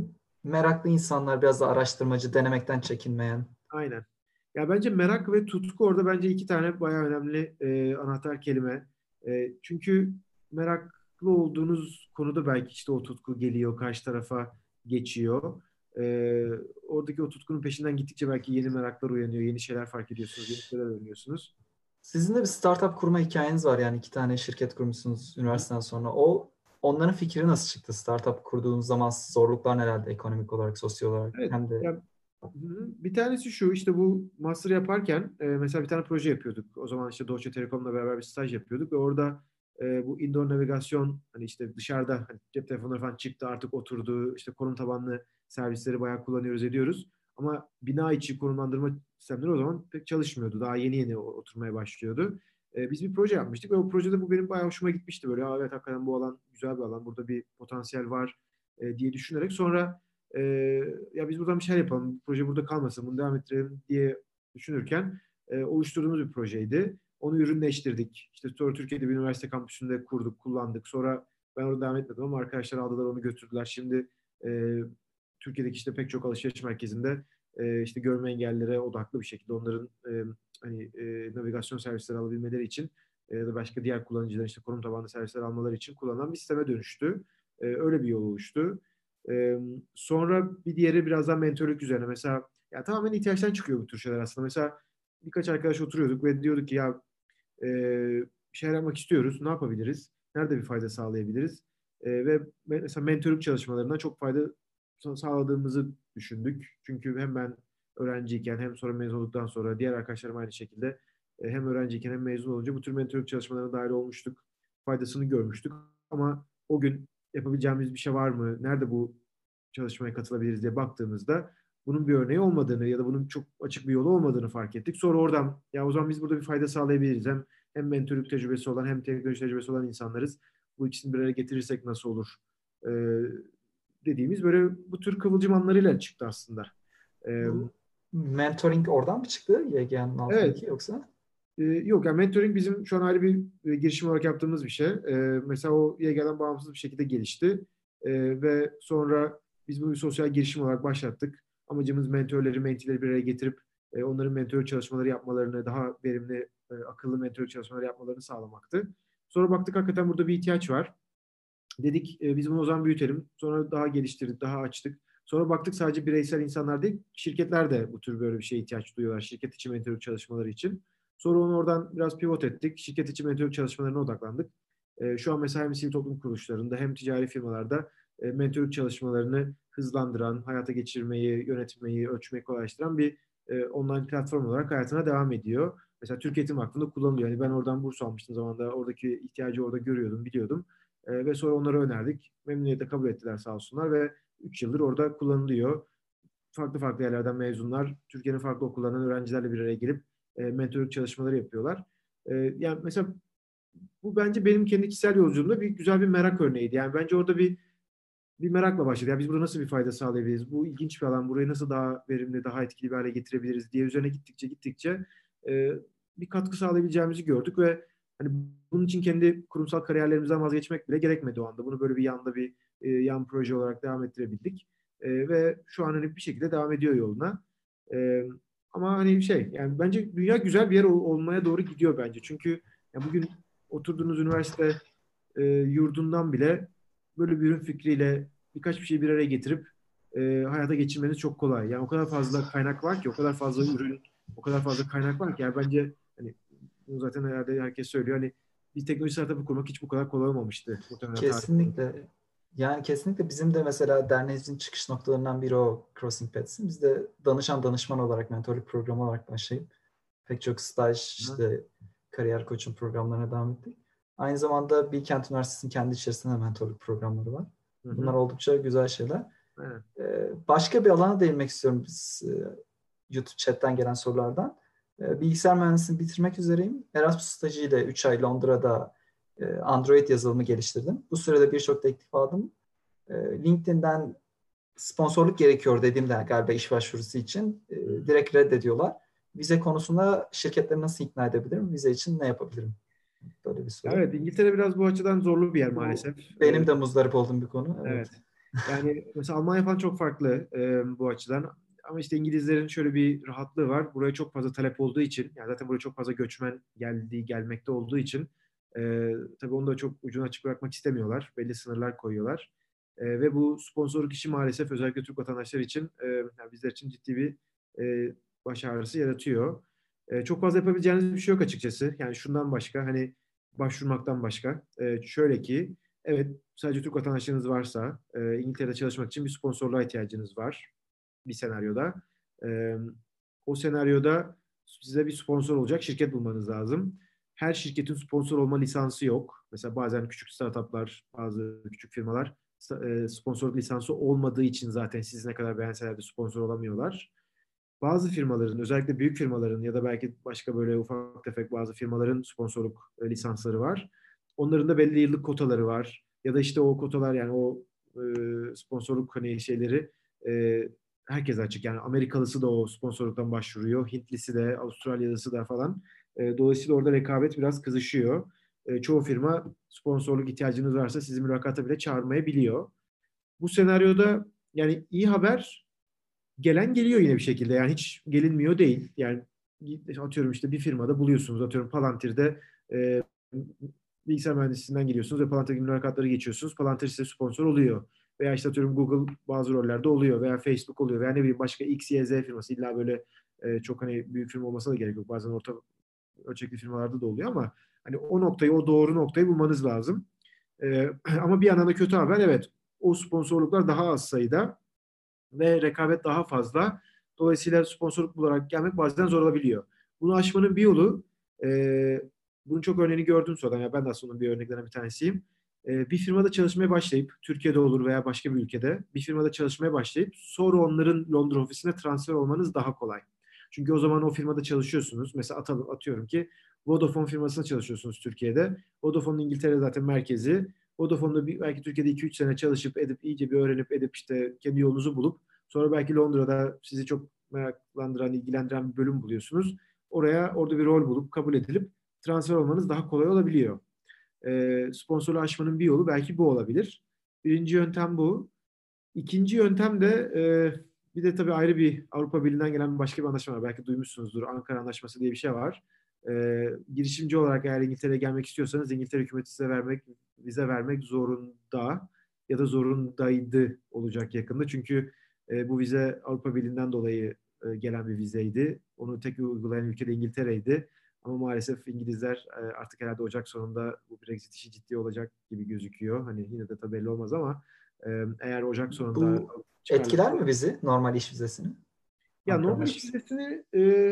meraklı insanlar, biraz da araştırmacı, denemekten çekinmeyen. Aynen. Ya bence merak ve tutku orada bence iki tane bayağı önemli e, anahtar kelime. E, çünkü meraklı olduğunuz konuda belki işte o tutku geliyor, karşı tarafa geçiyor. E, oradaki o tutkunun peşinden gittikçe belki yeni meraklar uyanıyor, yeni şeyler fark ediyorsunuz, yeni şeyler öğreniyorsunuz. Sizin de bir startup kurma hikayeniz var, yani iki tane şirket kurmuşsunuz üniversiteden sonra. O onların fikri nasıl çıktı? Startup kurduğunuz zaman zorluklar nelerdi, ekonomik olarak, sosyal olarak, Evet. hem de Ya, hı hı. Bir tanesi şu işte bu master yaparken e, mesela bir tane proje yapıyorduk. O zaman işte Deutsche Telekom'la beraber bir staj yapıyorduk ve orada e, bu indoor navigasyon hani işte dışarıda hani cep telefonları falan çıktı artık oturdu işte konum tabanlı servisleri bayağı kullanıyoruz ediyoruz. Ama bina içi konumlandırma sistemleri o zaman pek çalışmıyordu. Daha yeni yeni oturmaya başlıyordu. E, biz bir proje yapmıştık ve o projede bu benim bayağı hoşuma gitmişti. Böyle evet hakikaten bu alan güzel bir alan. Burada bir potansiyel var e, diye düşünerek sonra e, ya biz buradan bir şeyler yapalım, bu proje burada kalmasın, bunu devam ettirelim diye düşünürken e, oluşturduğumuz bir projeydi. Onu ürünleştirdik. İşte sonra Türkiye'de bir üniversite kampüsünde kurduk, kullandık. Sonra ben orada devam etmedim ama arkadaşlar aldılar onu götürdüler. Şimdi e, Türkiye'deki işte pek çok alışveriş merkezinde e, işte görme engellilere odaklı bir şekilde onların e, hani e, navigasyon servisleri alabilmeleri için e, ya da başka diğer kullanıcıların işte konum tabanlı servisler almaları için kullanılan bir sisteme dönüştü. E, öyle bir yol oluştu. Ee, sonra bir diğeri biraz daha mentörlük üzerine. Mesela ya tamamen ihtiyaçtan çıkıyor bu tür şeyler aslında. Mesela birkaç arkadaş oturuyorduk ve diyorduk ki ya e, bir şeyler yapmak istiyoruz. Ne yapabiliriz? Nerede bir fayda sağlayabiliriz? E, ve mesela mentörlük çalışmalarına çok fayda sağladığımızı düşündük. Çünkü hem ben öğrenciyken hem sonra mezun olduktan sonra diğer arkadaşlarım aynı şekilde e, hem öğrenciyken hem mezun olunca bu tür mentörlük çalışmalarına dahil olmuştuk. Faydasını görmüştük. Ama o gün yapabileceğimiz bir şey var mı? Nerede bu çalışmaya katılabiliriz diye baktığımızda bunun bir örneği olmadığını ya da bunun çok açık bir yolu olmadığını fark ettik. Sonra oradan ya o zaman biz burada bir fayda sağlayabiliriz. Hem hem mentörlük tecrübesi olan hem teknoloji tecrübesi olan insanlarız. Bu ikisini bir araya getirirsek nasıl olur? Ee, dediğimiz böyle bu tür kıvılcım anlarıyla çıktı aslında. Ee, bu mentoring oradan mı çıktı Y G N'in evet. altındaki, yoksa? Ee, yok yani mentoring bizim şu an ayrı bir e, girişim olarak yaptığımız bir şey. Ee, mesela o Y G N'den bağımsız bir şekilde gelişti. Ee, ve sonra biz bunu bir sosyal girişim olarak başlattık. Amacımız mentörleri, mentileri bir araya getirip e, onların mentör çalışmaları yapmalarını, daha verimli, e, akıllı mentör çalışmaları yapmalarını sağlamaktı. Sonra baktık hakikaten burada bir ihtiyaç var. Dedik e, biz bunu o zaman büyütelim. Sonra daha geliştirdik, daha açtık. Sonra baktık sadece bireysel insanlar değil, şirketler de bu tür böyle bir şeye ihtiyaç duyuyorlar. Şirket içi mentörlük çalışmaları için. Sonra onu oradan biraz pivot ettik. Şirket içi mentörlük çalışmalarına odaklandık. E, şu an mesela hem sivil toplum kuruluşlarında hem ticari firmalarda e, mentörlük çalışmalarını hızlandıran, hayata geçirmeyi, yönetmeyi, ölçmeyi kolaylaştıran bir e, online platform olarak hayatına devam ediyor. Mesela Türk Eğitim Vakfı'nda kullanılıyor. Yani ben oradan burs almıştım zamanında. Oradaki ihtiyacı orada görüyordum, biliyordum. E, ve sonra onlara önerdik. Memnuniyetle kabul ettiler sağ olsunlar ve üç yıldır orada kullanılıyor. Farklı farklı yerlerden mezunlar, Türkiye'nin farklı okullarından öğrencilerle bir araya gelip e, mentörlük çalışmaları yapıyorlar. E, yani mesela bu bence benim kendi kişisel yolculuğumda bir güzel bir merak örneğiydi. Yani bence orada bir bir merakla başladı. Yani biz burada nasıl bir fayda sağlayabiliriz? Bu ilginç bir alan. Burayı nasıl daha verimli, daha etkili bir hale getirebiliriz diye üzerine gittikçe gittikçe e, bir katkı sağlayabileceğimizi gördük ve Hani bunun için kendi kurumsal kariyerlerimizden vazgeçmek bile gerekmedi o anda. Bunu böyle bir yanda bir e, yan proje olarak devam ettirebildik. E, ve şu an hani bir şekilde devam ediyor yoluna. E, ama hani şey yani bence dünya güzel bir yer ol- olmaya doğru gidiyor bence. Çünkü ya bugün oturduğunuz üniversite e, yurdundan bile böyle bir ürün fikriyle birkaç bir şeyi bir araya getirip e, hayata geçirmeniz çok kolay. Yani o kadar fazla kaynak var ki, o kadar fazla ürün, o kadar fazla kaynak var ki. Yani bence hani bunu zaten herhalde herkes söylüyor. Hani bir teknoloji startup'ı kurmak hiç bu kadar kolay olmamıştı muhtemelen tarih boyunca. Kesinlikle. Yani kesinlikle bizim de mesela derneğimizin çıkış noktalarından biri o Crossing Paths'in. Biz de danışan danışman olarak, mentorluk programı olarak başlayıp pek çok staj, Hı işte kariyer koçun programlarına devam ettik. Aynı zamanda Bilkent Üniversitesi'nin kendi içerisinde mentorluk programları var. hı. Bunlar Hı. oldukça güzel şeyler. Evet. Ee, başka bir alana değinmek istiyorum biz, e, YouTube chat'ten gelen sorulardan. Ee, bilgisayar mühendisliğini bitirmek üzereyim. Erasmus stajıyla üç ay Londra'da e, Android yazılımı geliştirdim. Bu sürede birçok teklif aldım. E, LinkedIn'den sponsorluk gerekiyor dediğimde galiba iş başvurusu için e, direkt reddediyorlar. Vize konusunda şirketleri nasıl ikna edebilirim? Vize için ne yapabilirim? Böyle bir soru. Evet, İngiltere biraz bu açıdan zorlu bir yer Bu maalesef. Ee, benim de muzdarip olduğum bir konu. Evet. evet. Yani mesela Almanya falan çok farklı e, bu açıdan. Ama işte İngilizlerin şöyle bir rahatlığı var. Buraya çok fazla talep olduğu için, yani zaten buraya çok fazla göçmen geldiği, gelmekte olduğu için e, tabii onu da çok ucuna açık bırakmak istemiyorlar. Belli sınırlar koyuyorlar. E, ve bu sponsorluk işi maalesef özellikle Türk vatandaşlar için, e, yani bizler için ciddi bir e, baş ağrısı yaratıyor. E, çok fazla yapabileceğiniz bir şey yok açıkçası. Yani şundan başka, hani başvurmaktan başka. E, şöyle ki, evet, sadece Türk vatandaşlığınız varsa e, İngiltere'de çalışmak için bir sponsorluğa ihtiyacınız var bir senaryoda. E, o senaryoda size bir sponsor olacak şirket bulmanız lazım. Her şirketin sponsor olma lisansı yok. Mesela bazen küçük startuplar, bazı küçük firmalar e, sponsorluk lisansı olmadığı için zaten siz ne kadar beğenseler de sponsor olamıyorlar. Bazı firmaların, özellikle büyük firmaların ya da belki başka böyle ufak tefek bazı firmaların sponsorluk e, lisansları var. Onların da belli yıllık kotaları var. Ya da işte o kotalar, yani o e, sponsorluk hani şeyleri e, herkese açık. Yani Amerikalısı da o sponsorluktan başvuruyor. Hintlisi de, Avustralyalısı da falan. E, dolayısıyla orada rekabet biraz kızışıyor. E, çoğu firma sponsorluk ihtiyacınız varsa sizi mülakata bile çağırmayabiliyor. Bu senaryoda yani iyi haber, gelen geliyor yine bir şekilde. Yani hiç gelinmiyor değil. Yani atıyorum işte bir firmada buluyorsunuz. Atıyorum Palantir'de e, bilgisayar mühendisliğinden geliyorsunuz ve Palantir gibi mülakatları geçiyorsunuz. Palantir size sponsor oluyor. Veya işte atıyorum Google bazı rollerde oluyor. Veya Facebook oluyor. Veya ne bileyim başka X, Y, Z firması. İlla böyle e, çok hani büyük firma olmasına da gerek yok. Bazen orta ölçekli firmalarda da oluyor ama hani o noktayı, o doğru noktayı bulmanız lazım. E, ama bir yandan da kötü haber, evet, o sponsorluklar daha az sayıda ve rekabet daha fazla. Dolayısıyla sponsorluk bularak gelmek bazen zor olabiliyor. Bunu aşmanın bir yolu, e, bunun çok örneğini gördüm sonradan. Ya ben de aslında bir örneklerinden bir tanesiyim. E, bir firmada çalışmaya başlayıp, Türkiye'de olur veya başka bir ülkede, bir firmada çalışmaya başlayıp sonra onların Londra ofisine transfer olmanız daha kolay. Çünkü o zaman o firmada çalışıyorsunuz. Mesela atalım, atıyorum ki Vodafone firmasında çalışıyorsunuz Türkiye'de. Vodafone'un İngiltere zaten merkezi. Vodafone'da bir, belki Türkiye'de iki üç sene çalışıp edip iyice bir öğrenip edip işte kendi yolunuzu bulup sonra belki Londra'da sizi çok meraklandıran, ilgilendiren bir bölüm buluyorsunuz. Oraya orada bir rol bulup kabul edilip transfer olmanız daha kolay olabiliyor. E, sponsorlu aşmanın bir yolu belki bu olabilir. Birinci yöntem bu. İkinci yöntem de e, bir de tabii ayrı bir Avrupa Birliği'nden gelen bir başka bir anlaşma var. Belki duymuşsunuzdur. Ankara Anlaşması diye bir şey var. E, girişimci olarak eğer İngiltere'ye gelmek istiyorsanız İngiltere hükümeti size vermek, vize vermek zorunda ya da zorundaydı olacak yakında. Çünkü e, bu vize Avrupa Birliği'nden dolayı e, gelen bir vizeydi. Onu tek uygulayan ülke de İngiltere'ydi. Ama maalesef İngilizler e, artık herhalde Ocak sonunda bu Brexit işi ciddi olacak gibi gözüküyor. hani yine de tabii belli olmaz ama ee, eğer Ocak sonunda Bu etkiler çıkarlarsa. mi bizi normal iş vizesini? Ya Ankara normal iş Anlaşması. vizesini e,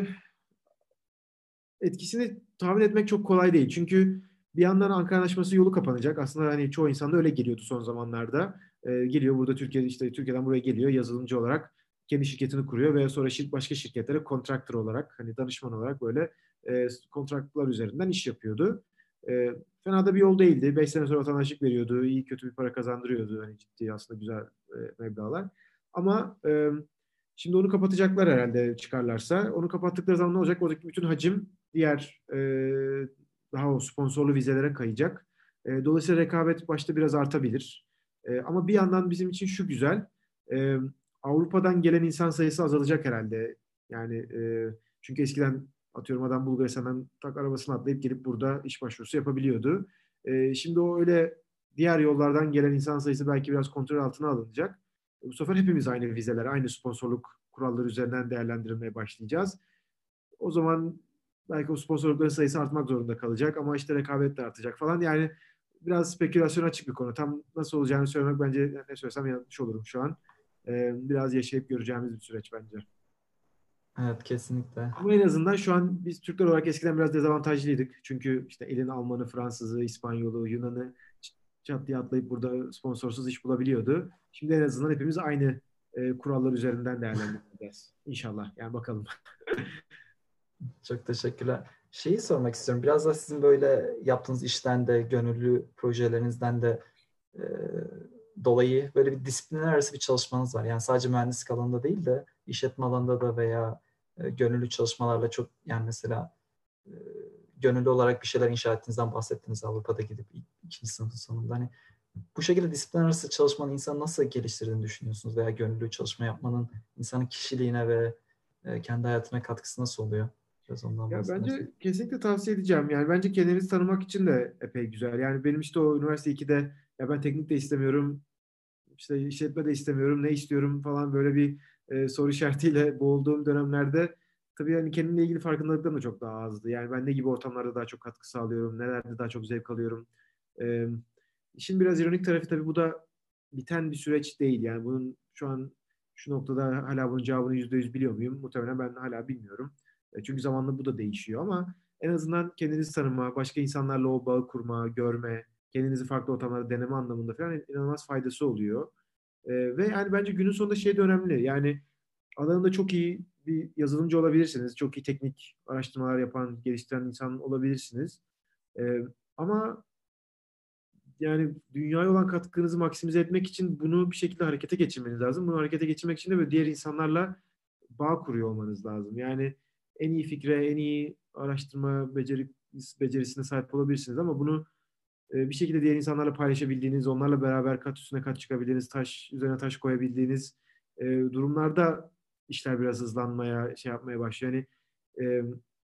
etkisini tahmin etmek çok kolay değil. Çünkü bir yandan Ankara Anlaşması yolu kapanacak. Aslında hani çoğu insan da öyle geliyordu son zamanlarda. E, geliyor burada Türkiye, işte Türkiye'den buraya geliyor yazılımcı olarak kendi şirketini kuruyor ve sonra şir başka şirketlere kontraktör olarak, hani danışman olarak böyle e, kontratlar üzerinden iş yapıyordu. E, fena da bir yol değildi. Beş sene sonra vatandaşlık veriyordu. İyi kötü bir para kazandırıyordu. Hani ciddi aslında güzel e, meblağlar. Ama e, şimdi onu kapatacaklar herhalde çıkarlarsa. Onu kapattıkları zaman ne olacak? Oradaki bütün hacim diğer e, daha o sponsorlu vizelere kayacak. E, dolayısıyla rekabet başta biraz artabilir. E, ama bir yandan bizim için şu güzel. E, Avrupa'dan gelen insan sayısı azalacak herhalde. Yani e, çünkü eskiden atıyorum adam Bulgaristan'dan tak arabasına atlayıp gelip burada iş başvurusu yapabiliyordu. E, şimdi o öyle diğer yollardan gelen insan sayısı belki biraz kontrol altına alınacak. E, bu sefer hepimiz aynı vizeler, aynı sponsorluk kuralları üzerinden değerlendirmeye başlayacağız. O zaman belki o sponsorlukların sayısı artmak zorunda kalacak ama işte rekabet de artacak falan. Yani biraz spekülasyon açık bir konu. Tam nasıl olacağını söylemek bence ne söylesem yanlış olurum şu an. Ee, biraz yaşayıp göreceğimiz bir süreç bence. Evet, kesinlikle. Ama en azından şu an biz Türkler olarak eskiden biraz dezavantajlıydık. Çünkü işte elin Almanı, Fransızı, İspanyolu, Yunanı çat diye atlayıp burada sponsorsuz iş bulabiliyordu. Şimdi en azından hepimiz aynı e, kurallar üzerinden değerlendireceğiz. İnşallah. Yani bakalım. Çok teşekkürler. Şeyi sormak istiyorum. Biraz da sizin böyle yaptığınız işten de, gönüllü projelerinizden de e, dolayı böyle bir disiplinler arası bir çalışmanız var. Yani sadece mühendislik alanında değil de işletme alanında da veya e, gönüllü çalışmalarla çok, yani mesela e, gönüllü olarak bir şeyler inşa ettiğinizden bahsettiniz Avrupa'da gidip ikinci sınıfın sonunda. Hani bu şekilde disiplinler arası çalışmanın insanı nasıl geliştirdiğini düşünüyorsunuz veya gönüllü çalışma yapmanın insanın kişiliğine ve e, kendi hayatına katkısı nasıl oluyor? Biraz ondan Ya bahsedersek. bence kesinlikle tavsiye edeceğim. Yani bence kendinizi tanımak için de epey güzel. Yani benim işte o üniversite ikide ya ben teknik de istemiyorum, işte işletme de istemiyorum, ne istiyorum falan böyle bir e, soru işaretiyle boğulduğum dönemlerde tabii yani kendimle ilgili farkındalıklarım da çok daha azdı. Yani ben ne gibi ortamlarda daha çok katkı sağlıyorum, nelerde daha çok zevk alıyorum. E, işin biraz ironik tarafı tabii bu da biten bir süreç değil. Yani bunun şu an şu noktada hala bunun cevabını yüzde yüz biliyor muyum? Muhtemelen ben hala bilmiyorum. E, çünkü zamanla bu da değişiyor ama en azından kendinizi tanıma, başka insanlarla o bağı kurma, görme, kendinizi farklı ortamlarda deneme anlamında falan inanılmaz faydası oluyor. Ee, ve yani bence günün sonunda şey de önemli. Yani alanında çok iyi bir yazılımcı olabilirsiniz. Çok iyi teknik araştırmalar yapan, geliştiren insan olabilirsiniz. Ee, ama yani dünyaya olan katkınızı maksimize etmek için bunu bir şekilde harekete geçirmeniz lazım. Bunu harekete geçirmek için de böyle diğer insanlarla bağ kuruyor olmanız lazım. Yani en iyi fikre, en iyi araştırma beceri, becerisine sahip olabilirsiniz ama bunu e, bir şekilde diğer insanlarla paylaşabildiğiniz, onlarla beraber kat üstüne kat çıkabildiğiniz, taş üzerine taş koyabildiğiniz e, durumlarda işler biraz hızlanmaya, şey yapmaya başlıyor. Yani e,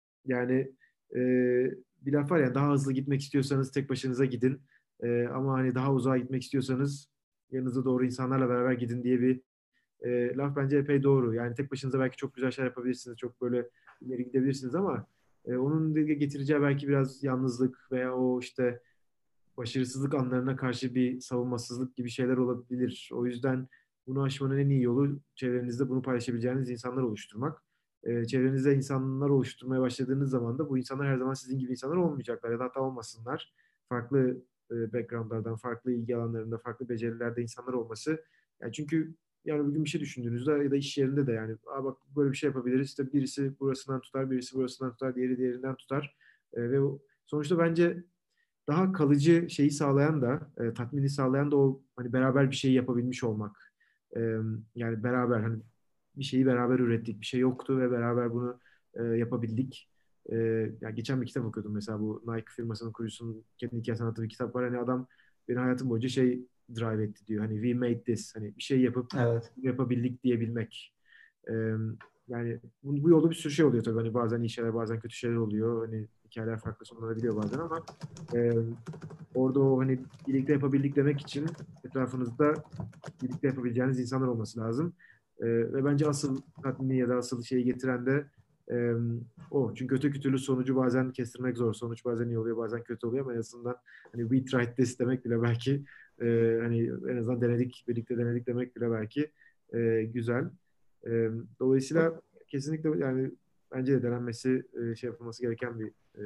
yani e, bir laf var ya daha hızlı gitmek istiyorsanız tek başınıza gidin. E, ama hani daha uzağa gitmek istiyorsanız yanınıza doğru insanlarla beraber gidin diye bir e, laf bence epey doğru. Yani tek başınıza belki çok güzel şeyler yapabilirsiniz, çok böyle ileri gidebilirsiniz ama e, onun getireceği belki biraz yalnızlık veya o işte başarısızlık anlarına karşı bir savunmasızlık gibi şeyler olabilir. O yüzden bunu aşmanın en iyi yolu çevrenizde bunu paylaşabileceğiniz insanlar oluşturmak. Ee, çevrenizde insanlar oluşturmaya başladığınız zaman da bu insanlar her zaman sizin gibi insanlar olmayacaklar ya da hatta olmasınlar. Farklı e, backgroundlardan, farklı ilgi alanlarında, farklı becerilerde insanlar olması. Yani çünkü yani bugün bir şey düşündüğünüzde ya da iş yerinde de yani Aa bak böyle bir şey yapabiliriz. İşte birisi burasından tutar, birisi burasından tutar, diğeri diğerinden tutar. Ee, ve o- sonuçta bence daha kalıcı şeyi sağlayan da e, tatmini sağlayan da o hani beraber bir şey yapabilmiş olmak. E, yani beraber hani bir şeyi beraber ürettik. Bir şey yoktu ve beraber bunu e, yapabildik. E, yani geçen bir kitap okuyordum mesela bu Nike firmasının kurucusunun kendi hikayesini anlattığı bir kitap var. Hani adam benim hayatım boyunca şey drive etti diyor. Hani we made this. Hani bir şey yapıp Evet. yapabildik diyebilmek. E, yani bu, bu yolda bir sürü şey oluyor tabii. Hani bazen iyi şeyler bazen kötü şeyler oluyor. Hani hikayeler farklı sonlanabiliyor bazen ama e, orada o hani birlikte yapabildik demek için etrafınızda birlikte yapabileceğiniz insanlar olması lazım. Ee, ve bence asıl tatmini ya da asıl şeyi getiren de e, o. Çünkü öteki türlü sonucu bazen kestirmek zor. Sonuç bazen iyi oluyor, bazen kötü oluyor ama en azından hani we tried this demek bile belki e, hani en azından denedik, birlikte denedik demek bile belki e, güzel. E, O, dolayısıyla kesinlikle yani bence de denenmesi, e, şey yapılması gereken bir e,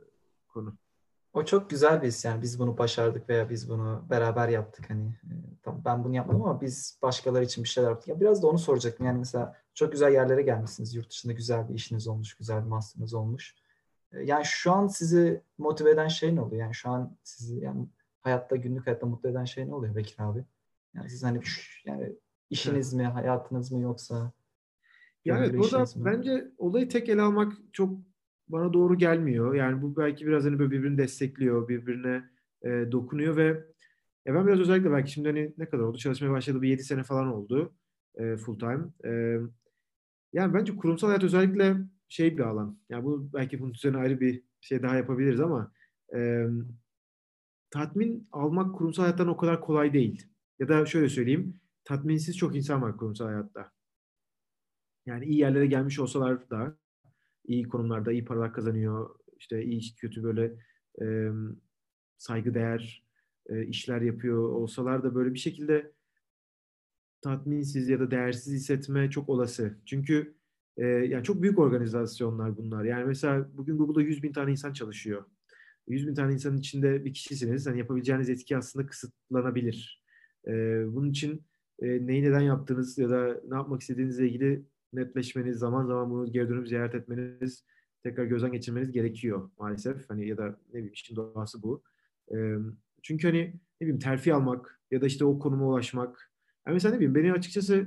konu. o çok güzel bir his yani, biz bunu başardık veya biz bunu beraber yaptık hani. E, tamam, ben bunu yapmadım ama biz başkaları için bir şeyler yaptık. Ya biraz da onu soracaktım yani, mesela çok güzel yerlere gelmişsiniz. Yurt dışında güzel bir işiniz olmuş, güzel bir master'ınız olmuş. E, yani şu an sizi motive eden şey ne oluyor? Yani şu an sizi yani hayatta, günlük hayatta mutlu eden şey ne oluyor Bekir abi? Yani siz hani şu- yani işiniz mi, hayatınız mı, yoksa Ya evet gönüllü burada işiniz mi? bence olayı tek ele almak çok bana doğru gelmiyor. Yani bu belki biraz hani böyle birbirini destekliyor, birbirine e, dokunuyor ve ya ben biraz özellikle belki şimdi hani ne kadar oldu? Çalışmaya başladı bir yedi sene falan oldu e, full time. E, yani bence kurumsal hayat özellikle şey bir alan. Yani bu belki bunun üzerine ayrı bir şey daha yapabiliriz ama e, tatmin almak kurumsal hayattan o kadar kolay değil. Ya da şöyle söyleyeyim, tatminsiz çok insan var kurumsal hayatta. Yani iyi yerlere gelmiş olsalar da iyi konumlarda iyi paralar kazanıyor. İşte iyi kötü böyle e, saygıdeğer e, işler yapıyor olsalar da böyle bir şekilde tatminsiz ya da değersiz hissetme çok olası. Çünkü e, yani çok büyük organizasyonlar bunlar. Yani mesela bugün Google'da yüz bin tane insan çalışıyor. yüz bin tane insanın içinde bir kişisiniz. Hani yapabileceğiniz etki aslında kısıtlanabilir. E, bunun için e, neyi neden yaptığınız ya da ne yapmak istediğinizle ilgili netleşmeniz, zaman zaman bunu geri dönüp ziyaret etmeniz, tekrar gözden geçirmeniz gerekiyor maalesef. Hani ya da ne bileyim işin doğası bu. E, çünkü hani ne bileyim terfi almak ya da işte o konuma ulaşmak. Yani mesela ne bileyim beni açıkçası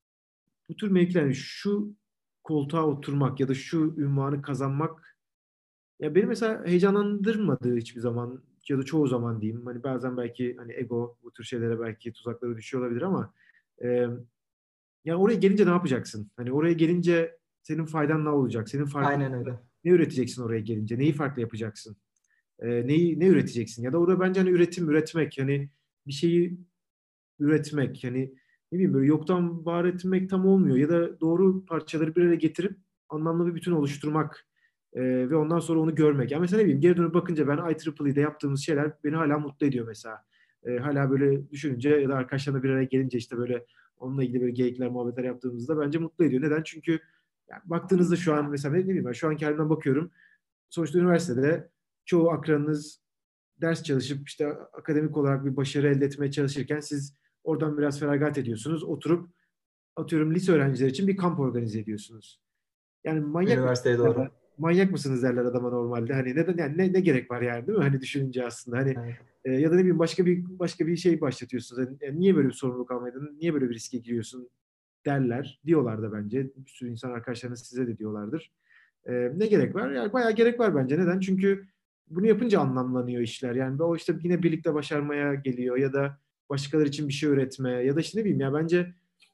bu tür mevkiler yani şu koltuğa oturmak ya da şu ünvanı kazanmak ya beni mesela heyecanlandırmadı hiçbir zaman ya da çoğu zaman diyeyim. Hani bazen belki hani ego bu tür şeylere belki tuzaklara düşüyor olabilir ama e, yani oraya gelince ne yapacaksın? Hani oraya gelince senin faydan ne olacak? Senin farklı Aynen öyle. ne üreteceksin oraya gelince? Neyi farklı yapacaksın? E, neyi ne üreteceksin? Ya da orada bence hani üretim üretmek hani bir şeyi üretmek yani ne bileyim böyle yoktan var etmek tam olmuyor ya da doğru parçaları bir araya getirip anlamlı bir bütün oluşturmak e, ve ondan sonra onu görmek. Yani mesela ne bileyim geri dönüp bakınca ben I E E E'de yaptığımız şeyler beni hala mutlu ediyor mesela. E, hala böyle düşününce ya da arkadaşlarla bir araya gelince işte böyle onunla ilgili böyle geyikler, muhabbetler yaptığımızda bence mutlu ediyor. Neden? Çünkü yani baktığınızda şu an mesela ne bileyim ben şu anki halimden bakıyorum. Sonuçta üniversitede çoğu akranınız ders çalışıp işte akademik olarak bir başarı elde etmeye çalışırken siz oradan biraz feragat ediyorsunuz. Oturup atıyorum lise öğrencileri için bir kamp organize ediyorsunuz. Yani manyak Üniversiteye mısınız derler. doğru. Manyak mısınız derler adama normalde. Hani neden yani ne, ne gerek var yani değil mi? Hani düşününce aslında hani Evet. e, ya da ne bileyim başka bir başka bir şey başlatıyorsunuz. Yani, yani niye böyle bir sorumluluk almaydın? Niye böyle bir riske giriyorsun derler. Diyorlar da bence. Bir sürü insan arkadaşlarınız size de diyorlardır. E, ne gerek var? Yani bayağı gerek var bence. Neden? Çünkü bunu yapınca anlamlanıyor işler. Yani o işte yine birlikte başarmaya geliyor ya da başkaları için bir şey üretme ya da işte ne bileyim ya bence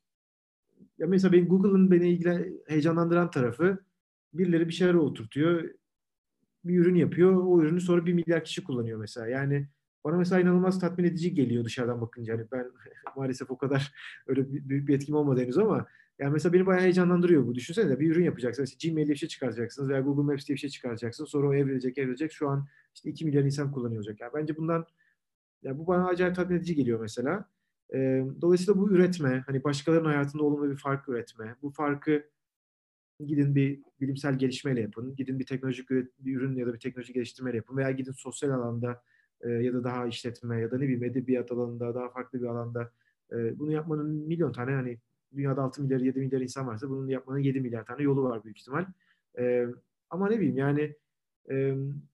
ya mesela benim Google'ın beni ilgili heyecanlandıran tarafı birileri bir şeyler oturtuyor, bir ürün yapıyor. O ürünü sonra bir milyar kişi kullanıyor mesela. Yani bana mesela inanılmaz tatmin edici geliyor dışarıdan bakınca. Hani ben maalesef o kadar öyle büyük bir etkim olmadı henüz ama yani mesela beni bayağı heyecanlandırıyor bu. Düşünsene bir ürün yapacaksınız. İşte Gmail diye bir şey çıkaracaksınız veya Google Maps diye bir şey çıkaracaksınız. Sonra o evrilecek, evrilecek. Şu an işte iki milyar insan kullanıyor olacak. Yani bence bundan ya bu bana acayip tatmin edici geliyor mesela. Ee, dolayısıyla bu üretme, hani başkalarının hayatında olumlu bir fark üretme. Bu farkı gidin bir bilimsel gelişmeyle yapın. Gidin bir teknolojik üret- bir ürün ya da bir teknoloji geliştirmeyle yapın. Veya gidin sosyal alanda e, ya da daha işletme ya da ne bileyim edebiyat alanında daha farklı bir alanda e, bunu yapmanın milyon tane hani dünyada altı milyar yedi milyar insan varsa bunun yapmanın yedi milyar tane yolu var büyük ihtimal. E, ama ne bileyim yani e,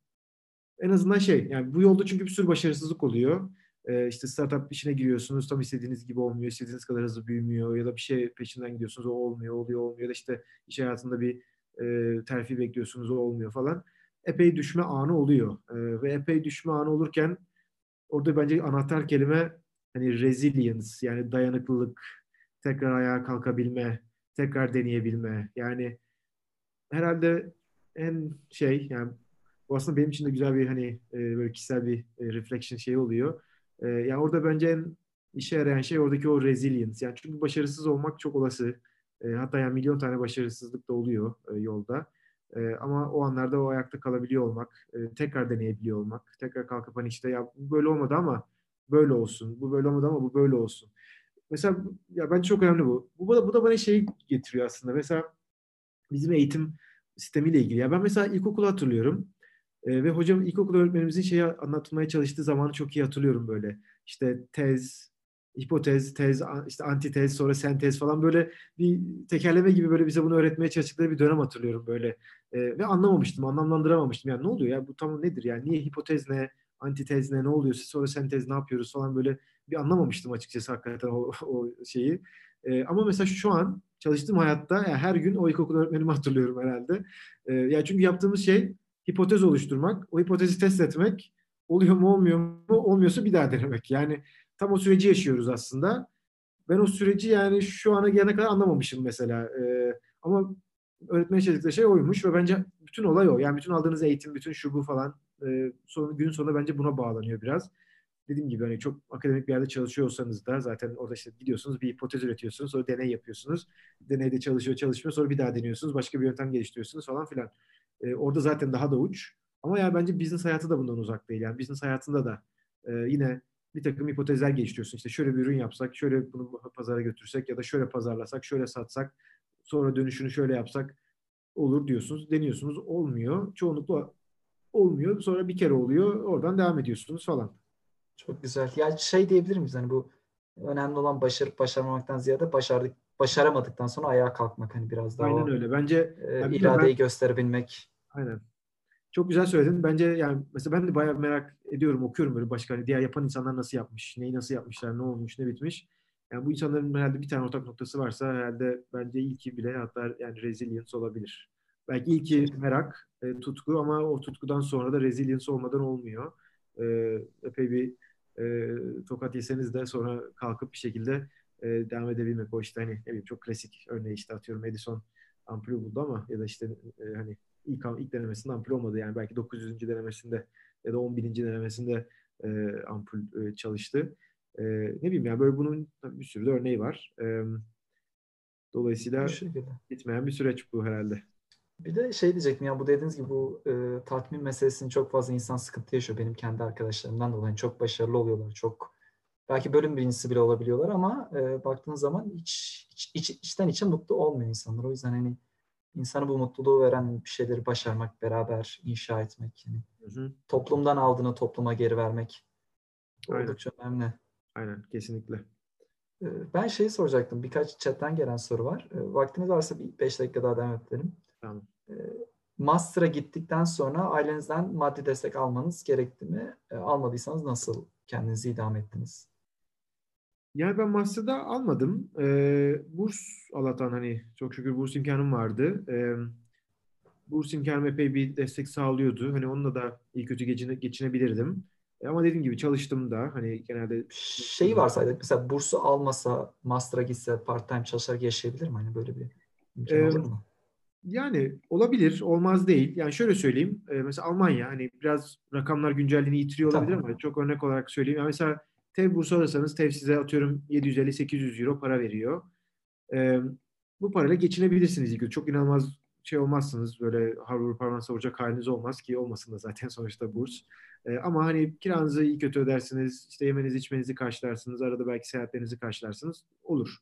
en azından şey yani bu yolda çünkü bir sürü başarısızlık oluyor. Ee, işte startup işine giriyorsunuz tam istediğiniz gibi olmuyor. İstediğiniz kadar hızlı büyümüyor ya da bir şey peşinden gidiyorsunuz o olmuyor, oluyor, olmuyor. Ya da işte iş hayatında bir e, terfi bekliyorsunuz o olmuyor falan. Epey düşme anı oluyor. Ee, ve epey düşme anı olurken orada bence anahtar kelime hani resilience yani dayanıklılık, tekrar ayağa kalkabilme, tekrar deneyebilme. Yani herhalde en şey yani bu aslında benim için de güzel bir hani e, böyle kişisel bir e, reflection şey oluyor. E, yani orada bence en işe yarayan şey oradaki o resilience. Yani çünkü başarısız olmak çok olası. E, hatta yani milyon tane başarısızlık da oluyor e, yolda. E, ama o anlarda o ayakta kalabiliyor olmak, e, tekrar deneyebiliyor olmak, tekrar kalkıp hani işte ya bu böyle olmadı ama böyle olsun. Bu böyle olmadı ama bu böyle olsun. Mesela ya bence çok önemli bu. Bu da, bu da bana şey getiriyor aslında. Mesela bizim eğitim sistemiyle ilgili. Ya ben mesela ilkokulu hatırlıyorum. E, ve hocam ilkokul öğretmenimizin şeyi anlatmaya çalıştığı zamanı çok iyi hatırlıyorum böyle. İşte tez, hipotez, tez, a- işte antitez, sonra sentez falan böyle bir tekerleme gibi böyle bize bunu öğretmeye çalıştıkları bir dönem hatırlıyorum böyle. E, ve anlamamıştım, anlamlandıramamıştım. Yani ne oluyor ya bu tam nedir yani niye hipotez ne, antitez ne, ne oluyor, sonra sentez ne yapıyoruz falan böyle bir anlamamıştım açıkçası hakikaten o, o şeyi. E, ama mesela şu an çalıştığım hayatta yani her gün o ilkokul öğretmenimi hatırlıyorum herhalde. E, yani çünkü yaptığımız şey hipotez oluşturmak, o hipotezi test etmek, oluyor mu olmuyor mu, olmuyorsa bir daha denemek. Yani tam o süreci yaşıyoruz aslında. Ben o süreci yani şu ana gelene kadar anlamamışım mesela. E, ama öğretmeye çalıştıkları şey oymuş ve bence bütün olay o. Yani bütün aldığınız eğitim, bütün şu bu falan e, son, günün sonunda bence buna bağlanıyor biraz. Dediğim gibi hani çok akademik bir yerde çalışıyor olsanız da zaten orada işte gidiyorsunuz bir hipotez üretiyorsunuz sonra deney yapıyorsunuz. Deneyde çalışıyor çalışmıyor sonra bir daha deniyorsunuz başka bir yöntem geliştiriyorsunuz falan filan. E, orada zaten daha da uç. Ama yani bence business hayatı da bundan uzak değil. Yani business hayatında da e, yine bir takım hipotezler geliştiriyorsun. İşte şöyle bir ürün yapsak, şöyle bunu pazara götürsek ya da şöyle pazarlasak, şöyle satsak, sonra dönüşünü şöyle yapsak olur diyorsunuz. Deniyorsunuz olmuyor. Çoğunlukla olmuyor. Sonra bir kere oluyor. Oradan devam ediyorsunuz falan. Çok güzel. Ya şey diyebilir miyiz? Hani bu önemli olan başarıp başarmamaktan ziyade başardık, başaramadıktan sonra ayağa kalkmak. Hani biraz daha Aynen o öyle. Bence e, ya bilmiyorum ben iradeyi gösterebilmek. aynen. Çok güzel söyledin. Bence yani mesela ben de bayağı merak ediyorum, okuyorum böyle başka hani diğer yapan insanlar nasıl yapmış, neyi nasıl yapmışlar, ne olmuş, ne bitmiş. Yani bu insanların herhalde bir tane ortak noktası varsa herhalde bence ilki bile hatta yani resilience olabilir. Belki ilki Çok merak, e, tutku ama o tutkudan sonra da resilience olmadan olmuyor. E, epey bir e, tokat yeseniz de sonra kalkıp bir şekilde e, devam edebilmek. O işte hani ne bileyim çok klasik örneği işte atıyorum Edison ampulü buldu ama ya da işte e, hani ilk, ilk denemesinde ampul olmadı. Yani belki dokuz yüzüncü denemesinde ya da on bininci denemesinde e, ampul e, çalıştı. E, ne bileyim yani böyle bunun tabii bir sürü de örneği var. E, bu dolayısıyla şekilde. bitmeyen bir süreç bu herhalde. Bir de şey diyecektim ya bu dediğiniz gibi bu e, tatmin meselesini çok fazla insan sıkıntı yaşıyor. Benim kendi arkadaşlarımdan dolayı. Yani çok başarılı oluyorlar. Çok belki bölüm birincisi bile olabiliyorlar ama e, baktığınız zaman hiç, hiç, hiç içten içe mutlu olmuyor insanlar. O yüzden hani insana bu mutluluğu veren bir şeyleri başarmak, beraber inşa etmek, yani Hı hı. toplumdan aldığını topluma geri vermek Aynen, oldukça önemli. aynen kesinlikle. E, ben şeyi soracaktım. Birkaç chatten gelen soru var. E, vaktiniz varsa bir beş dakika daha devam edelim. Tamam. E, Master'a gittikten sonra ailenizden maddi destek almanız gerekti mi? E, almadıysanız nasıl kendinizi idame ettiniz? Yani ben master'da almadım. Ee, burs Allah'tan hani çok şükür burs imkanım vardı. Ee, burs imkanım epey bir destek sağlıyordu. Hani onunla da iyi kötü geçine, geçinebilirdim. E, ama dediğim gibi çalıştım da hani genelde Şeyi varsaydık mesela bursu almasa, master'a gitse, part-time çalışarak yaşayabilir mi? Hani böyle bir imkan Ee, olur mu? yani olabilir, olmaz değil. Yani şöyle söyleyeyim. e, mesela Almanya hani biraz rakamlar güncelliğini yitiriyor olabilir Tamam. ama çok örnek olarak söyleyeyim. Yani mesela TEV bursu alırsanız TEV size atıyorum yedi yüz elli sekiz yüz euro para veriyor. Ee, bu parayla geçinebilirsiniz ilk önce. Çok inanılmaz şey olmazsınız. Böyle harvur parmağı savuracak haliniz olmaz ki olmasın da zaten sonuçta burs. Ee, ama hani kiranızı iyi kötü ödersiniz. İşte yemenizi içmenizi karşılarsınız. Arada belki seyahatlerinizi karşılarsınız. Olur.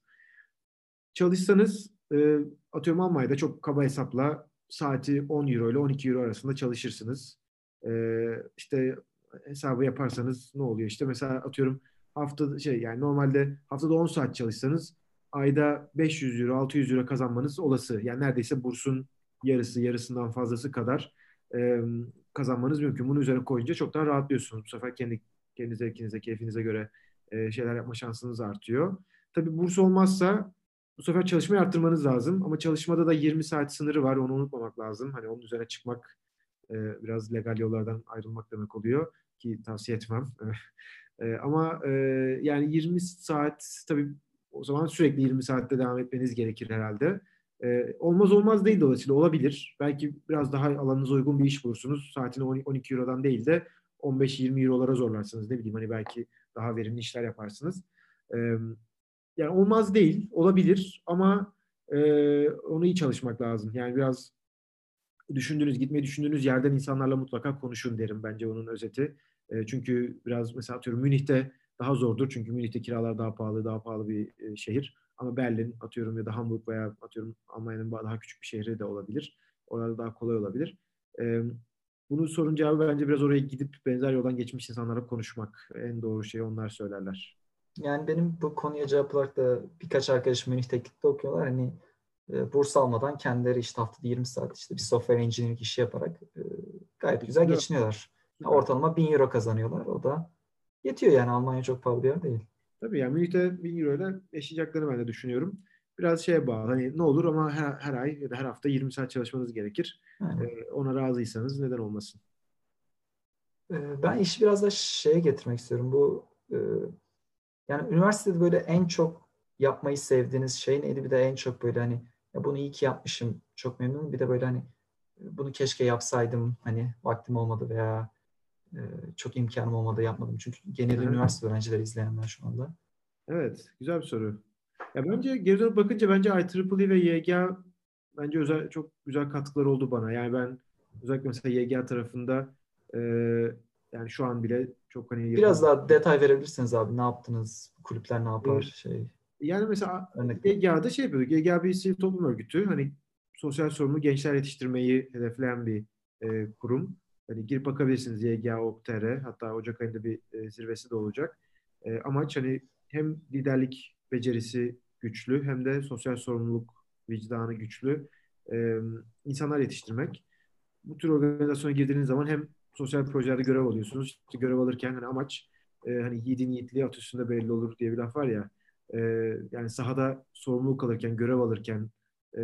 Çalışsanız e, atıyorum Almanya'da çok kaba hesapla saati on euro ile on iki euro arasında çalışırsınız. E, işte hesabı yaparsanız ne oluyor? İşte mesela atıyorum haftada şey yani normalde haftada on saat çalışsanız ayda beş yüz euro altı yüz euro kazanmanız olası. Yani neredeyse bursun yarısı yarısından fazlası kadar e, kazanmanız mümkün. Bunun üzerine koyunca çok daha rahatlıyorsunuz. Bu sefer kendi kendi zevkinize, keyfinize göre e, şeyler yapma şansınız artıyor. Tabii burs olmazsa bu sefer çalışmayı arttırmanız lazım. Ama çalışmada da yirmi saat sınırı var. Onu unutmamak lazım. Hani onun üzerine çıkmak e, biraz legal yollardan ayrılmak demek oluyor ki tavsiye etmem. E, ama e, yani yirmi saat tabii o zaman sürekli yirmi saatte devam etmeniz gerekir herhalde. E, olmaz olmaz değil dolayısıyla olabilir. Belki biraz daha alanınıza uygun bir iş bulursunuz. Saatini on on iki Euro'dan değil de on beş yirmi Euro'lara zorlarsınız. Ne bileyim hani belki daha verimli işler yaparsınız. E, yani olmaz değil, olabilir ama e, onu iyi çalışmak lazım. Yani biraz düşündüğünüz, gitmeyi düşündüğünüz yerden insanlarla mutlaka konuşun derim bence onun özeti. E, çünkü biraz mesela atıyorum Münih'te daha zordur. Çünkü Münih'te kiralar daha pahalı, daha pahalı bir e, şehir. Ama Berlin atıyorum ya da Hamburg veya atıyorum Almanya'nın daha küçük bir şehri de olabilir. Oralarda daha kolay olabilir. E, bunun sorun cevabı bence biraz oraya gidip benzer yoldan geçmiş insanlarla konuşmak. En doğru şeyi onlar söylerler. Yani benim bu konuya cevap olarak da birkaç arkadaşım Münih Teknik'te okuyorlar. Hani e, burs almadan kendileri işte haftada yirmi saat işte bir software engineering işi yaparak e, gayet güzel Güzel, geçiniyorlar. süper. Ortalama bin euro kazanıyorlar. O da yetiyor yani Almanya çok pahalı bir yer değil. Tabii yani Münih'te bin euro ile yaşayacaklarını ben de düşünüyorum. biraz şeye bağlı. Hani ne olur ama her, her ay ya da her hafta yirmi saat çalışmanız gerekir. Yani, Ee, ona razıysanız neden olmasın? e, ben işi biraz da şeye getirmek istiyorum. Bu e, yani üniversitede böyle en çok yapmayı sevdiğiniz şey neydi? Bir de en çok böyle hani ya bunu iyi ki yapmışım, çok memnunum. Bir de böyle hani e, bunu keşke yapsaydım, hani vaktim olmadı veya e, çok imkanım olmadı, yapmadım. Çünkü genel Aha. üniversite öğrencileri izleyenler şu anda. Evet, güzel bir soru. Ya bence geri dönüp bakınca bence I triple E ve Y G A bence özel çok güzel katkıları oldu bana. Yani ben özellikle mesela Y G A tarafında e, yani şu an bile çok hani Biraz yakın. daha detay verebilirsiniz abi. Ne yaptınız? Kulüpler ne yapar? E, Şey, Yani mesela örnekler. Y G A'da şey yapıyorduk. Y G A bir sivil toplum örgütü. Hani sosyal sorumlu gençler yetiştirmeyi hedefleyen bir e, kurum. Hani girip bakabilirsiniz Y G A nokta org nokta tr. Hatta Ocak ayında bir e, zirvesi de olacak. E, amaç hani hem liderlik becerisi güçlü hem de sosyal sorumluluk vicdanı güçlü e, insanlar yetiştirmek. Bu tür organizasyona girdiğiniz zaman hem sosyal projelerde görev alıyorsunuz. İşte görev alırken hani amaç e, hani yiğidin yiğitliği at üstünde belli olur diye bir laf var ya. E, Yani sahada sorumluluk alırken, görev alırken e,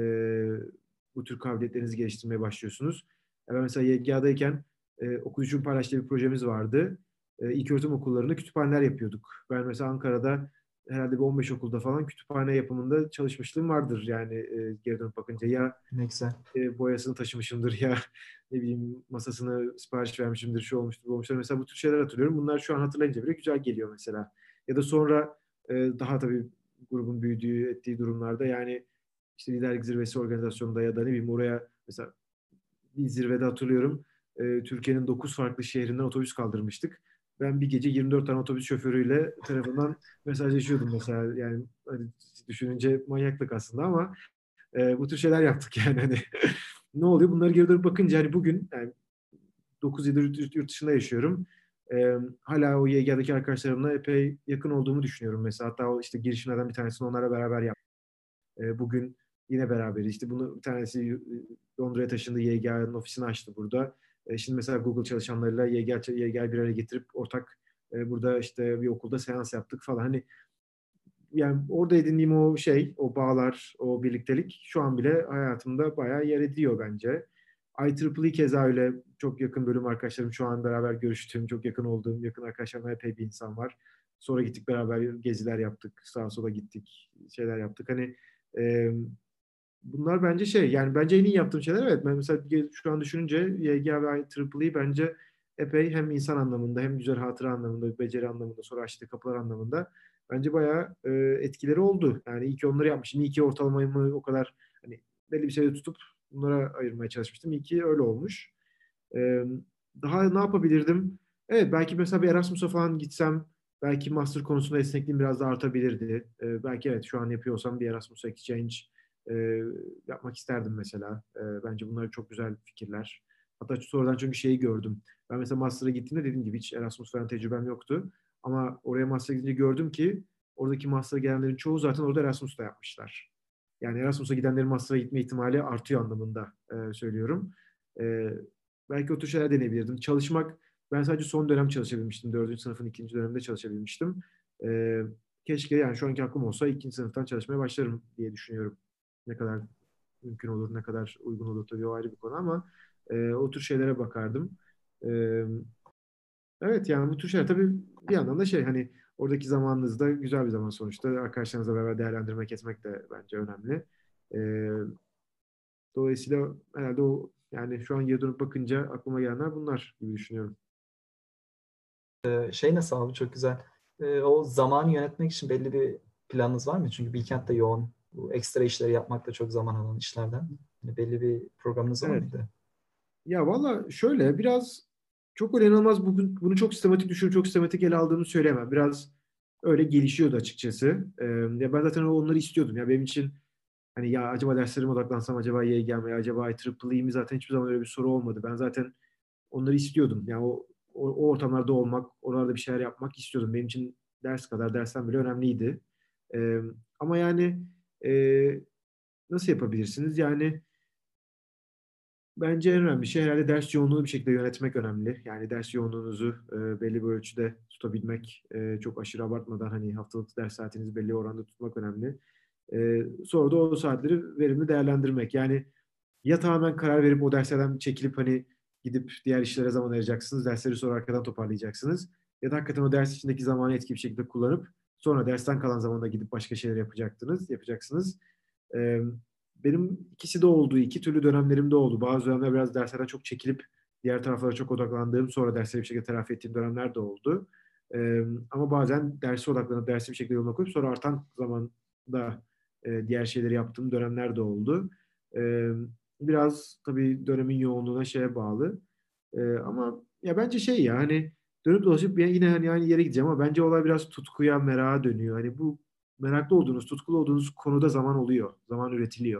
bu tür kabiliyetlerinizi geliştirmeye başlıyorsunuz. E, ben mesela Y G A'dayken e, okuyucunun paylaştığı bir projemiz vardı. E, ilköğretim okullarında kütüphaneler yapıyorduk. Ben mesela Ankara'da herhalde bir on beş okulda falan kütüphane yapımında çalışmışlığım vardır. Yani e, geri dönüp bakınca ya Ne güzel. e, boyasını taşımışımdır ya ne bileyim masasını sipariş vermişimdir, şu olmuştur, bu olmuştur. Mesela bu tür şeyler hatırlıyorum. Bunlar şu an hatırlayınca bile güzel geliyor mesela. Ya da sonra e, daha tabii grubun büyüdüğü, ettiği durumlarda yani işte liderlik zirvesi organizasyonunda ya da ne bileyim oraya mesela bir zirvede hatırlıyorum. E, Türkiye'nin dokuz farklı şehrinden otobüs kaldırmıştık. Ben bir gece yirmi dört tane otobüs şoförüyle telefondan mesajlaşıyordum mesela. Yani hani düşününce manyaklık aslında ama e, bu tür şeyler yaptık yani hani ne oluyor? Bunları geri dönüp bakınca hani bugün yani dokuz yıldır yurt, yurt dışında yaşıyorum. E, hala o Y G A'daki arkadaşlarımla epey yakın olduğumu düşünüyorum mesela. Hatta o işte girişimlerden bir tanesini onlara beraber yaptım. E, bugün yine beraberiz. İşte bunu bir tanesi e, Londra'ya taşındı. Y G A'nın ofisini açtı burada. E, şimdi mesela Google çalışanlarıyla Y G A, Y G A'yı bir araya getirip ortak e, burada işte bir okulda seans yaptık falan. Hani yani orada edindiğim o şey, o bağlar, o birliktelik şu an bile hayatımda bayağı yer ediyor bence. I triple E keza öyle çok yakın bölüm arkadaşlarım şu an beraber görüştüğüm, çok yakın olduğum, yakın arkadaşlarımla epey bir insan var. Sonra gittik beraber geziler yaptık, sağa sola gittik, şeyler yaptık. Hani e, bunlar bence şey, yani bence en iyi yaptığım şeyler evet. Ben mesela şu an düşününce Y G A ve I triple E bence epey hem insan anlamında hem güzel hatıra anlamında, beceri anlamında, sonra açtığı kapılar anlamında bence bayağı e, etkileri oldu. Yani iyi ki onları yapmışım. İyi ki ortalamamı o kadar hani belli bir şeyde tutup bunlara ayırmaya çalışmıştım. İyi ki öyle olmuş. E, Daha ne yapabilirdim? Evet belki mesela bir Erasmus'a falan gitsem belki master konusunda esnekliğim biraz daha artabilirdi. E, belki evet şu an yapıyorsam bir Erasmus Exchange e, yapmak isterdim mesela. E, bence bunlar çok güzel fikirler. Hatta sonradan çünkü şeyi gördüm. Ben mesela master'a gittiğimde dediğim gibi hiç Erasmus falan tecrübem yoktu. Ama oraya master'a gidince gördüm ki oradaki master'a gelenlerin çoğu zaten orada Erasmus'ta yapmışlar. Yani Erasmus'a gidenlerin master'a gitme ihtimali artıyor anlamında e, söylüyorum. E, Belki o tür şeyler deneyebilirdim. Çalışmak, ben sadece son dönem çalışabilmiştim. Dördüncü sınıfın ikinci döneminde çalışabilmiştim. E, Keşke yani şu anki aklım olsa ikinci sınıftan çalışmaya başlarım diye düşünüyorum. Ne kadar mümkün olur, ne kadar uygun olur tabii o ayrı bir konu ama e, o tür şeylere bakardım. E, evet yani bu tür şeyler tabii bir yandan da şey hani oradaki zamanınızda güzel bir zaman sonuçta. Arkadaşlarınızla beraber değerlendirmek etmek de bence önemli. E, Dolayısıyla herhalde o yani şu an geri dönüp bakınca aklıma gelenler bunlar gibi düşünüyorum. E, şey nasıl abi, çok güzel. E, o zamanı yönetmek için belli bir planınız var mı? Çünkü Bilkent de yoğun. Bu ekstra işleri yapmak da çok zaman alan işlerden. Yani belli bir programınız var Evet. mıydı? Ya valla şöyle biraz çok öyle inanılmaz bugün bunu çok sistematik düşünüp çok sistematik ele aldığımı söyleyemem. Biraz öyle gelişiyordu açıkçası. Ee, ya ben zaten onları istiyordum. Ya benim için hani ya acaba derslerime odaklansam acaba Y G M, acaba I triple E mi zaten hiçbir zaman öyle bir soru olmadı. Ben zaten onları istiyordum. Yani o, o, o ortamlarda olmak, oralarda bir şeyler yapmak istiyordum. Benim için ders kadar dersten bile önemliydi. Ee, Ama yani e, nasıl yapabilirsiniz? Yani bence en önemli şey herhalde ders yoğunluğunu bir şekilde yönetmek önemli. Yani ders yoğunluğunuzu e, belli bir ölçüde tutabilmek, e, çok aşırı abartmadan hani haftalık ders saatinizi belli oranda tutmak önemli. E, sonra da o saatleri verimli değerlendirmek. Yani ya tamamen karar verip o derslerden çekilip hani gidip diğer işlere zaman ayıracaksınız. Dersleri sonra arkadan toparlayacaksınız. Ya da hakikaten o ders içindeki zamanı etkili bir şekilde kullanıp sonra dersten kalan zamanda gidip başka şeyler yapacaktınız, yapacaksınız. Ee, benim ikisi de oldu. İki türlü dönemlerim de oldu. Bazı dönemler biraz derslerden çok çekilip diğer taraflara çok odaklandığım, sonra dersleri bir şekilde telafi ettiğim dönemler de oldu. Ee, ama bazen derse odaklanıp dersi bir şekilde yoluna koyup sonra artan zamanda e, diğer şeyleri yaptığım dönemler de oldu. Ee, biraz tabii dönemin yoğunluğuna şeye bağlı. Ee, ama ya bence şey ya hani dönüp dolaşıp ya yine hani aynı yere gideceğim ama bence olay biraz tutkuya, meраğa dönüyor. Hani bu meraklı olduğunuz, tutkulu olduğunuz konuda zaman oluyor. Zaman üretiliyor.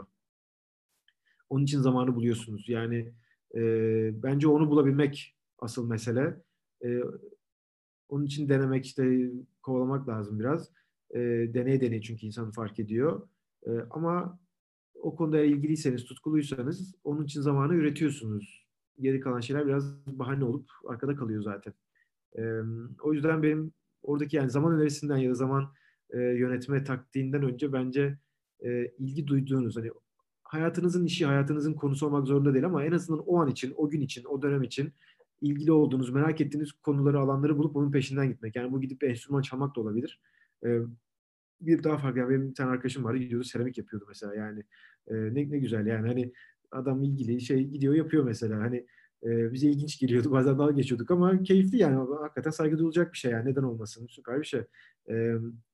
Onun için zamanı buluyorsunuz. Yani e, bence onu bulabilmek asıl mesele. E, onun için denemek işte kovalamak lazım biraz. E, deney deney çünkü insan fark ediyor. E, ama o konuda ilgiliyseniz, tutkuluysanız onun için zamanı üretiyorsunuz. Geri kalan şeyler biraz bahane olup arkada kalıyor zaten. Ee, o yüzden benim oradaki yani zaman önerisinden ya da zaman e, yönetme taktiğinden önce bence e, ilgi duyduğunuz hani hayatınızın işi, hayatınızın konusu olmak zorunda değil ama en azından o an için, o gün için, o dönem için ilgili olduğunuz, merak ettiğiniz konuları, alanları bulup onun peşinden gitmek. Yani bu gidip bir enstrüman çalmak da olabilir. Ee, gidip daha farklı. Yani benim bir tane arkadaşım vardı gidiyordu seramik yapıyordu mesela yani. E, ne, ne güzel yani hani adam ilgili şey gidiyor yapıyor mesela. Hani e, bize ilginç geliyordu. Bazen dalga geçiyorduk ama keyifli yani. Hakikaten saygı duyulacak bir şey yani. Neden olmasın? Süper bir şey. E,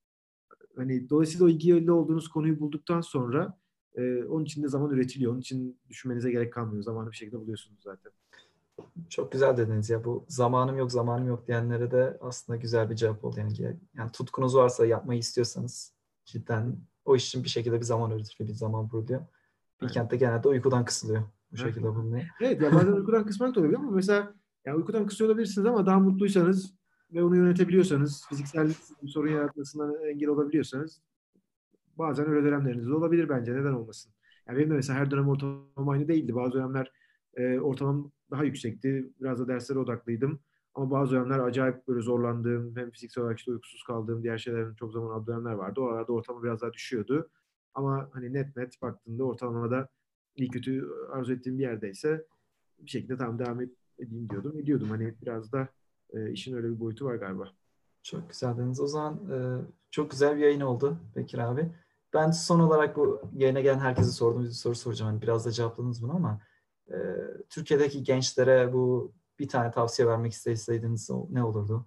hani dolayısıyla o ilgili olduğunuz konuyu bulduktan sonra e, onun için de zaman üretiliyor. Onun için düşünmenize gerek kalmıyor. Zamanı bir şekilde buluyorsunuz zaten. Çok güzel dediniz ya, bu zamanım yok zamanım yok diyenlere de aslında güzel bir cevap oldu. Yani, yani tutkunuz varsa, yapmayı istiyorsanız cidden o iş için bir şekilde bir zaman üretiliyor, bir zaman buluyor. Aynen. Bilkent'te genelde uykudan kısılıyor. Bu Heh. şekilde bulunuyor. Evet ya bazen uykudan kısmak da olabilir ama mesela ya uykudan kısıyor olabilirsiniz ama daha mutluysanız ve onu yönetebiliyorsanız, fiziksel bir sorun yaratmasından engel olabiliyorsanız bazen öyle dönemleriniz de olabilir bence. Neden olmasın? Yani benim de mesela her dönem ortalamam aynı değildi. Bazı dönemler e, ortalamam daha yüksekti. Biraz da derslere odaklıydım. Ama bazı dönemler acayip böyle zorlandığım, hem fiziksel olarak işte uykusuz kaldığım, diğer şeylerin çok zaman aldığı dönemler vardı. O arada ortalama biraz daha düşüyordu. Ama hani net net baktığında ortalamada iyi kötü arzu ettiğim bir yerdeyse bir şekilde tam devam edeyim diyordum. Ediyordum. Hani biraz da e, işin öyle bir boyutu var galiba. Çok güzel dediniz. O zaman e, çok güzel bir yayın oldu Bekir abi. Ben son olarak bu yayına gelen herkese sorduğum bir soru soracağım. Hani biraz da cevapladınız bunu ama e, Türkiye'deki gençlere bu bir tane tavsiye vermek isteseydiniz ne olurdu?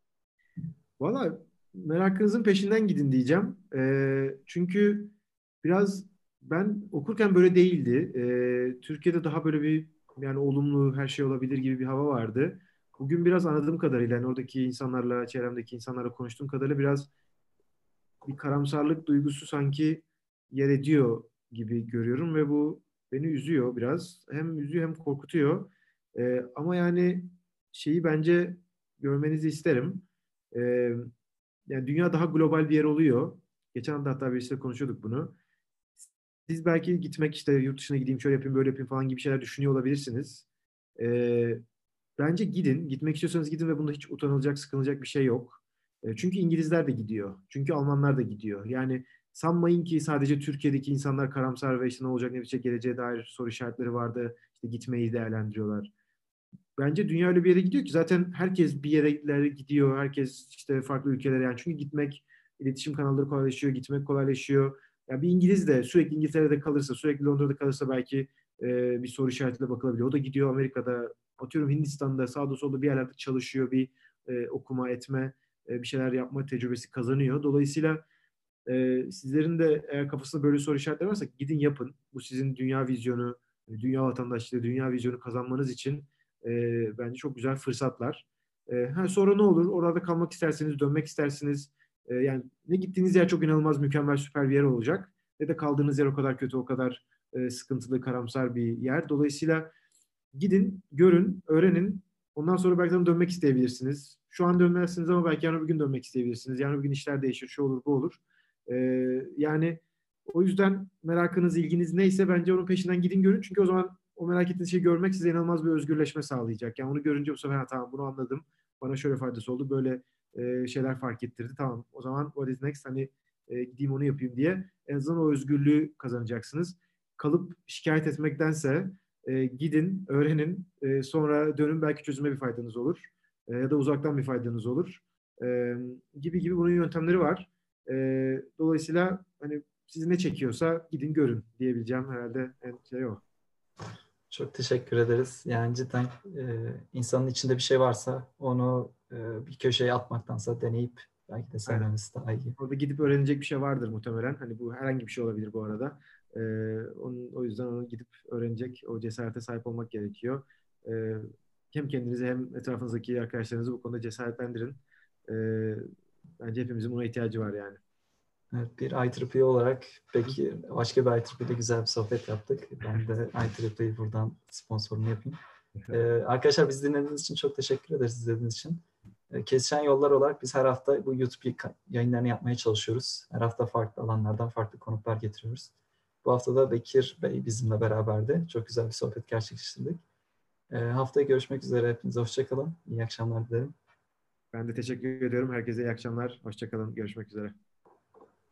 Valla merakınızın peşinden gidin diyeceğim. Ee, çünkü biraz ben okurken böyle değildi. Ee, Türkiye'de daha böyle bir yani olumlu her şey olabilir gibi bir hava vardı. Bugün biraz anladığım kadarıyla yani oradaki insanlarla, çevremdeki insanlarla konuştuğum kadarıyla biraz bir karamsarlık duygusu sanki yer ediyor gibi görüyorum ve bu beni üzüyor biraz. Hem üzüyor hem korkutuyor. Ee, ama yani şeyi bence görmenizi isterim. Ee, yani dünya daha global bir yer oluyor. Geçen hafta hatta birisiyle konuşuyorduk bunu. Siz belki gitmek işte yurt dışına gideyim şöyle yapayım böyle yapayım falan gibi şeyler düşünüyor olabilirsiniz. Ee, bence gidin. Gitmek istiyorsanız gidin ve bunda hiç utanılacak, sıkılacak bir şey yok. E, çünkü İngilizler de gidiyor. Çünkü Almanlar da gidiyor. Yani sanmayın ki sadece Türkiye'deki insanlar karamsar ve işte ne olacak ne bitecek geleceğe dair soru işaretleri vardı. İşte gitmeyi değerlendiriyorlar. Bence dünya öyle bir yere gidiyor ki zaten herkes bir yere gidiyor. Herkes işte farklı ülkelere yani çünkü gitmek iletişim kanalları kolaylaşıyor, gitmek kolaylaşıyor. Yani bir İngiliz de sürekli İngiltere'de kalırsa, sürekli Londra'da kalırsa belki e, bir soru işaretiyle bakılabiliyor. O da gidiyor Amerika'da, atıyorum Hindistan'da, sağda solda bir yerlerde çalışıyor, bir e, okuma, etme, e, bir şeyler yapma tecrübesi kazanıyor. Dolayısıyla e, sizlerin de eğer kafasında böyle soru işaretleri varsa gidin yapın. Bu sizin dünya vizyonu, dünya vatandaşlığı, dünya vizyonu kazanmanız için e, bence çok güzel fırsatlar. E, ha, sonra ne olur? Orada kalmak isterseniz, dönmek istersiniz. E, yani ne gittiğiniz yer çok inanılmaz, mükemmel, süper bir yer olacak. Ne de kaldığınız yer o kadar kötü, o kadar e, sıkıntılı, karamsar bir yer. Dolayısıyla gidin, görün, öğrenin. Ondan sonra belki de dönmek isteyebilirsiniz. Şu an dönmezsiniz ama belki yarın bir gün dönmek isteyebilirsiniz. Yarın bir gün işler değişir, şu olur, bu olur. Ee, yani o yüzden merakınız, ilginiz neyse bence onun peşinden gidin görün. Çünkü o zaman o merak ettiğiniz şeyi görmek size inanılmaz bir özgürleşme sağlayacak. Yani onu görünce bu sefer ha, tamam bunu anladım. Bana şöyle faydası oldu. Böyle e, şeyler fark ettirdi. Tamam o zaman what is next? Hani e, gideyim onu yapayım diye en azından o özgürlüğü kazanacaksınız. Kalıp şikayet etmektense e, gidin, öğrenin, e, sonra dönün, belki çözüme bir faydanız olur. E, ya da uzaktan bir faydanız olur. E, gibi gibi bunun yöntemleri var. E, dolayısıyla hani sizi ne çekiyorsa gidin görün diyebileceğim herhalde en şey o. Çok teşekkür ederiz. Yani cidden e, insanın içinde bir şey varsa onu e, bir köşeye atmaktansa deneyip belki de Aynen. sevmemiz daha iyi. Orada gidip öğrenecek bir şey vardır muhtemelen. Hani bu herhangi bir şey olabilir bu arada. Ee, onun, o yüzden onu gidip öğrenecek o cesarete sahip olmak gerekiyor. Ee, hem kendinizi hem etrafınızdaki arkadaşlarınızı bu konuda cesaretlendirin. Ee, bence hepimizin buna ihtiyacı var yani. Evet, bir I E E E olarak peki başka bir I E E E ile güzel bir sohbet yaptık. Ben de I E E E'yi buradan sponsorunu yapayım. Ee, arkadaşlar bizi dinlediğiniz için çok teşekkür ederiz izlediğiniz için. Ee, Kesişen Yollar olarak biz her hafta bu YouTube yayınlarını yapmaya çalışıyoruz. Her hafta farklı alanlardan farklı konuklar getiriyoruz. Bu hafta da Bekir Bey bizimle beraberdi. Çok güzel bir sohbet gerçekleştirdik. Ee, haftaya görüşmek üzere. Hepinize hoşça kalın. İyi akşamlar dilerim. Ben de teşekkür ediyorum. Herkese iyi akşamlar. Hoşça kalın. Görüşmek üzere.